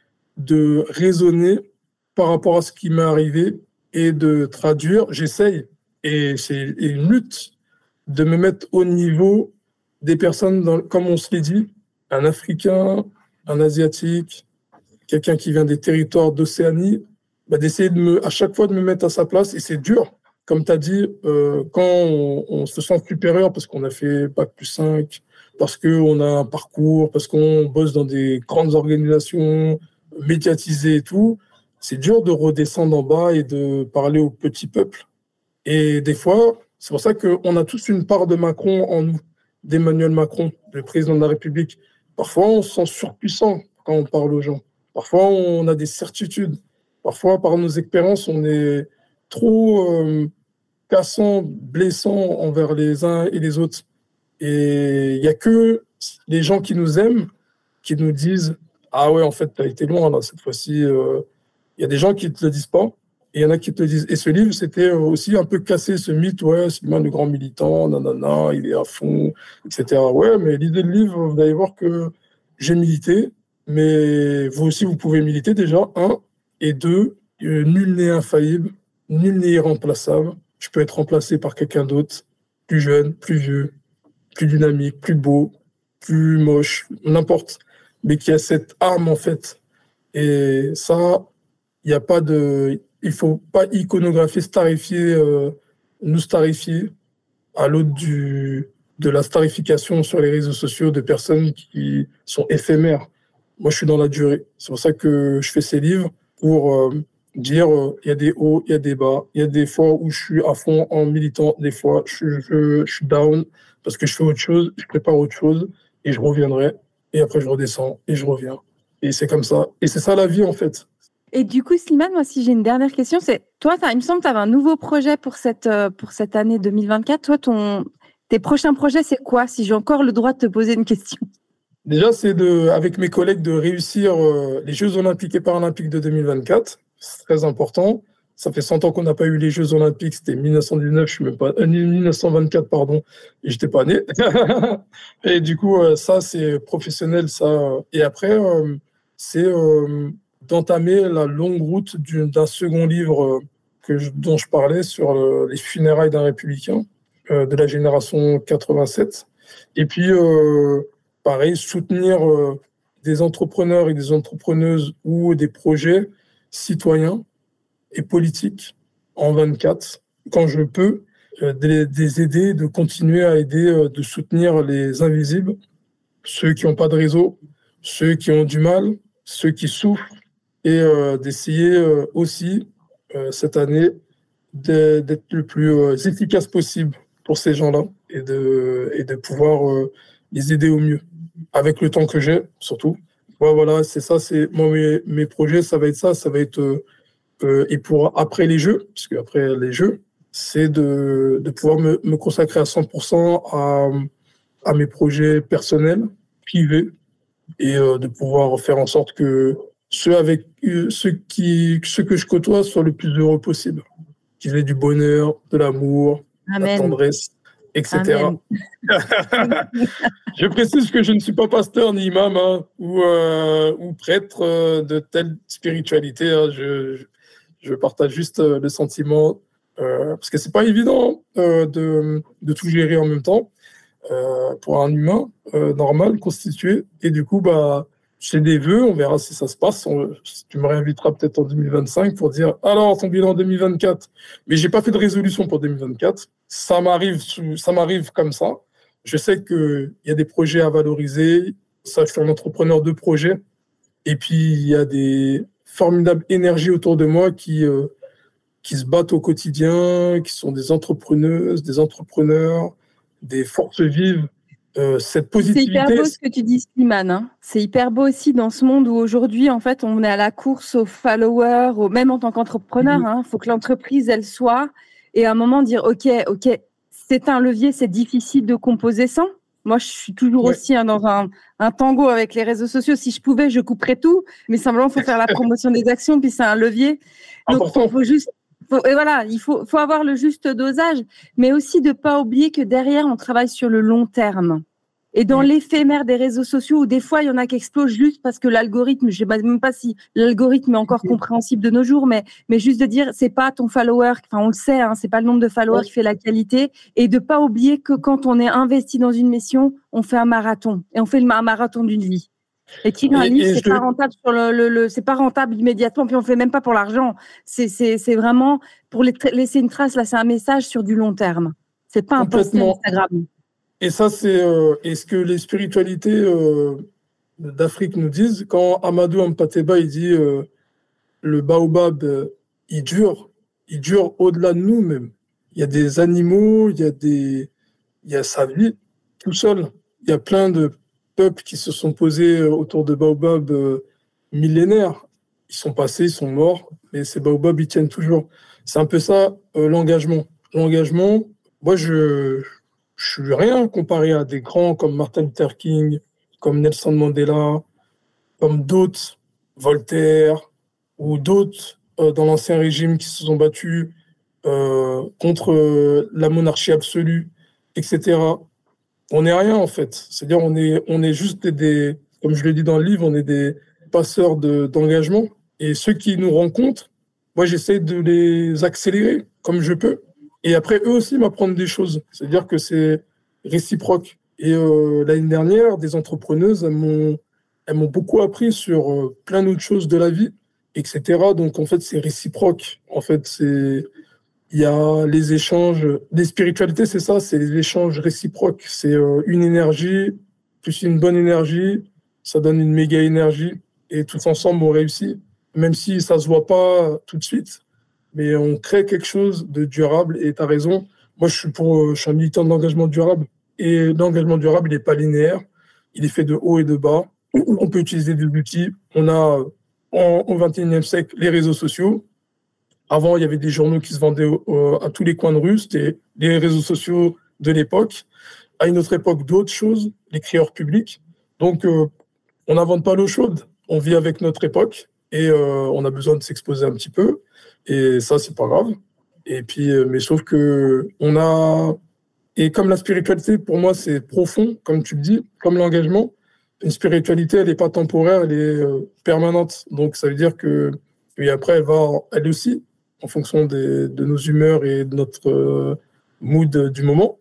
de raisonner par rapport à ce qui m'est arrivé et de traduire. J'essaye, et c'est une lutte, de me mettre au niveau des personnes, comme on se l'est dit, un Africain, un Asiatique, quelqu'un qui vient des territoires d'Océanie, d'essayer à chaque fois de me mettre à sa place. Et c'est dur. Comme tu as dit, quand on se sent supérieur parce qu'on a fait Bac+5, parce qu'on a un parcours, parce qu'on bosse dans des grandes organisations médiatisées et tout, c'est dur de redescendre en bas et de parler au petit peuple. Et des fois, c'est pour ça qu'on a tous une part de Macron en nous, d'Emmanuel Macron, le président de la République. Parfois, on se sent surpuissant quand on parle aux gens. Parfois, on a des certitudes. Parfois, par nos expériences, on est trop cassant, blessant envers les uns et les autres. Et il n'y a que les gens qui nous aiment qui nous disent « Ah ouais, en fait, tu as été loin, là, cette fois-ci. » Il y a des gens qui ne te le disent pas, et il y en a qui te le disent. Et ce livre, c'était aussi un peu casser ce mythe, ouais, Slimane, le grand militant, nanana, il est à fond, etc. Ouais, mais l'idée de livre, vous allez voir que j'ai milité, mais vous aussi, vous pouvez militer déjà, un, et deux, nul n'est infaillible, nul n'est irremplaçable. Je peux être remplacé par quelqu'un d'autre, plus jeune, plus vieux, plus dynamique, plus beau, plus moche, n'importe, mais qui a cette arme, en fait. Et ça, il ne faut pas iconographier, nous starifier à l'autre de la starification sur les réseaux sociaux de personnes qui sont éphémères. Moi, je suis dans la durée. C'est pour ça que je fais ces livres pour dire il y a des hauts, il y a des bas. Il y a des fois où je suis à fond en militant, des fois je suis down parce que je fais autre chose, je prépare autre chose et je reviendrai. Et après, je redescends et je reviens. Et c'est comme ça. Et c'est ça la vie, en fait. Et du coup, Slimane, moi, si j'ai une dernière question, c'est toi, il me semble que tu avais un nouveau projet pour cette année 2024. Toi, tes prochains projets, c'est quoi, si j'ai encore le droit de te poser une question? Déjà, c'est avec mes collègues de réussir les Jeux Olympiques et Paralympiques de 2024. C'est très important. Ça fait 100 ans qu'on n'a pas eu les Jeux Olympiques. C'était 1919, je suis même pas 1924, pardon, et j'étais pas né. Et du coup, ça, c'est professionnel, ça. Et après, c'est d'entamer la longue route d'un second livre dont je parlais sur les funérailles d'un républicain de la génération 87. Et puis, pareil, soutenir des entrepreneurs et des entrepreneuses ou des projets citoyen et politique en 24, quand je peux, des aider, de continuer à aider, de soutenir les invisibles, ceux qui n'ont pas de réseau, ceux qui ont du mal, ceux qui souffrent, et d'essayer aussi, cette année, d'être le plus efficace possible pour ces gens-là et de pouvoir les aider au mieux, avec le temps que j'ai, surtout. Ouais, voilà, c'est ça, c'est moi, mes projets, ça va être ça, ça va être, et pour après les Jeux, puisque après les Jeux, c'est de pouvoir me consacrer à 100% à mes projets personnels, privés, et de pouvoir faire en sorte que ceux que je côtoie soient le plus heureux possible, qu'ils aient du bonheur, de l'amour, de la Amen. tendresse, etc. Amen. Je précise que je ne suis pas pasteur ni imam, hein, ou prêtre de telle spiritualité, hein. Je partage juste le sentiment, parce que c'est pas évident de tout gérer en même temps pour un humain normal, constitué. Et du coup, j'ai des vœux, on verra si ça se passe. Tu me réinviteras peut-être en 2025 pour dire alors ton bilan 2024. Mais j'ai pas fait de résolution pour 2024. Ça m'arrive comme ça. Je sais qu'il y a des projets à valoriser. Ça, je suis un entrepreneur de projets. Et puis, il y a des formidables énergies autour de moi qui se battent au quotidien, qui sont des entrepreneuses, des entrepreneurs, des forces vives. Cette positivité. C'est hyper beau ce que tu dis, Slimane, hein. C'est hyper beau aussi dans ce monde où aujourd'hui, en fait, on est à la course aux followers, même en tant qu'entrepreneur. Il faut que l'entreprise, elle soit, et à un moment dire, OK, c'est un levier, c'est difficile de composer sans. Moi, je suis toujours aussi dans un tango avec les réseaux sociaux. Si je pouvais, je couperais tout, mais simplement, il faut faire la promotion des actions, puis c'est un levier. Donc, il faut juste... Et voilà, il faut avoir le juste dosage, mais aussi de pas oublier que derrière, on travaille sur le long terme. Et dans l'éphémère des réseaux sociaux, où des fois, il y en a qui explosent juste parce que l'algorithme, je sais même pas si l'algorithme est encore compréhensible de nos jours, mais juste de dire, c'est pas ton follower, enfin, on le sait, hein, c'est pas le nombre de followers qui fait la qualité, et de pas oublier que quand on est investi dans une mission, on fait un marathon, et on fait un marathon d'une vie. Écrire un livre, c'est pas rentable c'est pas rentable immédiatement, puis on fait même pas pour l'argent. C'est vraiment pour laisser une trace. Là, c'est un message sur du long terme. C'est pas un post Instagram. Et ça, c'est ce que les spiritualités d'Afrique nous disent. Quand Amadou Hampâté-Bâ il dit le baobab, il dure au-delà de nous même. Il y a des animaux, il y a sa vie tout seul. Il y a plein de peuples qui se sont posés autour de baobab millénaires. Ils sont passés, ils sont morts, mais ces baobabs, ils tiennent toujours. C'est un peu ça, l'engagement. L'engagement, moi, je suis rien comparé à des grands comme Martin Luther King, comme Nelson Mandela, comme d'autres, Voltaire, ou d'autres dans l'ancien régime qui se sont battus contre la monarchie absolue, etc. On n'est rien, en fait. C'est-à-dire, on est juste comme je l'ai dit dans le livre, on est des passeurs d'engagement. Et ceux qui nous rencontrent, moi, j'essaie de les accélérer comme je peux. Et après, eux aussi m'apprennent des choses. C'est-à-dire que c'est réciproque. Et l'année dernière, des entrepreneuses, elles m'ont beaucoup appris sur plein d'autres choses de la vie, etc. Donc, en fait, c'est réciproque. En fait, il y a les échanges. Les spiritualités, c'est ça, c'est les échanges réciproques. C'est une énergie, plus une bonne énergie, ça donne une méga énergie. Et tous ensemble, on réussit. Même si ça ne se voit pas tout de suite. Mais on crée quelque chose de durable. Et tu as raison. Moi, je suis un militant de l'engagement durable. Et l'engagement durable, il n'est pas linéaire. Il est fait de haut et de bas. On peut utiliser des outils. On a, au XXIe siècle, les réseaux sociaux. Avant, il y avait des journaux qui se vendaient à tous les coins de rue. C'était les réseaux sociaux de l'époque. À une autre époque, d'autres choses, les crieurs publics. Donc, on n'invente pas l'eau chaude. On vit avec notre époque. Et on a besoin de s'exposer un petit peu. Et ça, c'est pas grave. Et puis, mais sauf que et comme la spiritualité, pour moi, c'est profond, comme tu le dis, comme l'engagement. Une spiritualité, elle n'est pas temporaire, elle est permanente. Donc, ça veut dire que, et après, elle va, elle aussi, en fonction de nos humeurs et de notre mood du moment.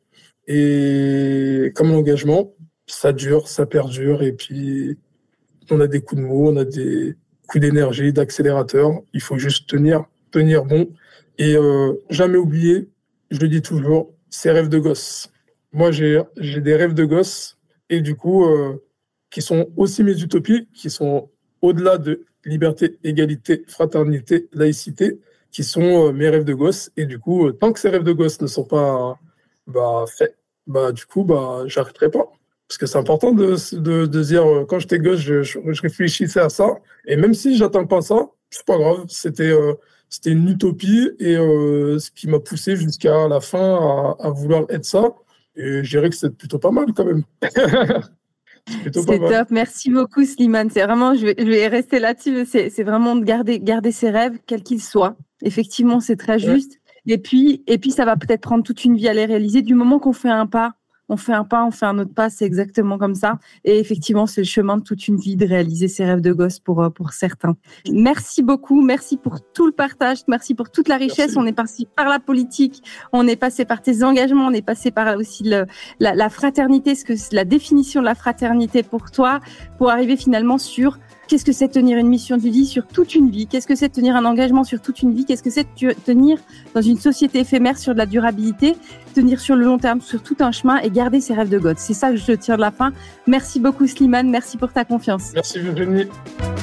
Et comme l'engagement, ça dure, ça perdure. Et puis, on a des coups de mots, on a des beaucoup d'énergie, d'accélérateur. Il faut juste tenir bon. Et jamais oublier, je le dis toujours, ses rêves de gosse. Moi, j'ai des rêves de gosse et du coup, qui sont aussi mes utopies, qui sont au-delà de liberté, égalité, fraternité, laïcité, qui sont mes rêves de gosse. Et du coup, tant que ces rêves de gosse ne sont pas faits, du coup, j'arrêterai pas. Parce que c'est important de dire, quand j'étais gosse, je réfléchissais à ça. Et même si j'atteins pas ça, c'est pas grave. C'était une utopie et ce qui m'a poussé jusqu'à la fin à vouloir être ça. Et je dirais que c'est plutôt pas mal quand même. C'est top. Merci beaucoup, Slimane. C'est vraiment, je vais rester là-dessus. C'est vraiment de garder ses rêves, quels qu'ils soient. Effectivement, c'est très juste. Et puis, ça va peut-être prendre toute une vie à les réaliser. Du moment qu'on fait un pas, on fait un autre pas, c'est exactement comme ça. Et effectivement, c'est le chemin de toute une vie de réaliser ses rêves de gosse pour certains. Merci beaucoup. Merci pour tout le partage. Merci pour toute la richesse. Merci. On est passé par la politique. On est passé par tes engagements. On est passé par aussi la fraternité, la définition de la fraternité pour toi, pour arriver finalement sur qu'est-ce que c'est de tenir une mission de vie sur toute une vie? Qu'est-ce que c'est de tenir un engagement sur toute une vie? Qu'est-ce que c'est de tenir dans une société éphémère sur de la durabilité? Tenir sur le long terme, sur tout un chemin et garder ses rêves de gosse. C'est ça que je tire de la fin. Merci beaucoup, Slimane. Merci pour ta confiance. Merci, Virginie.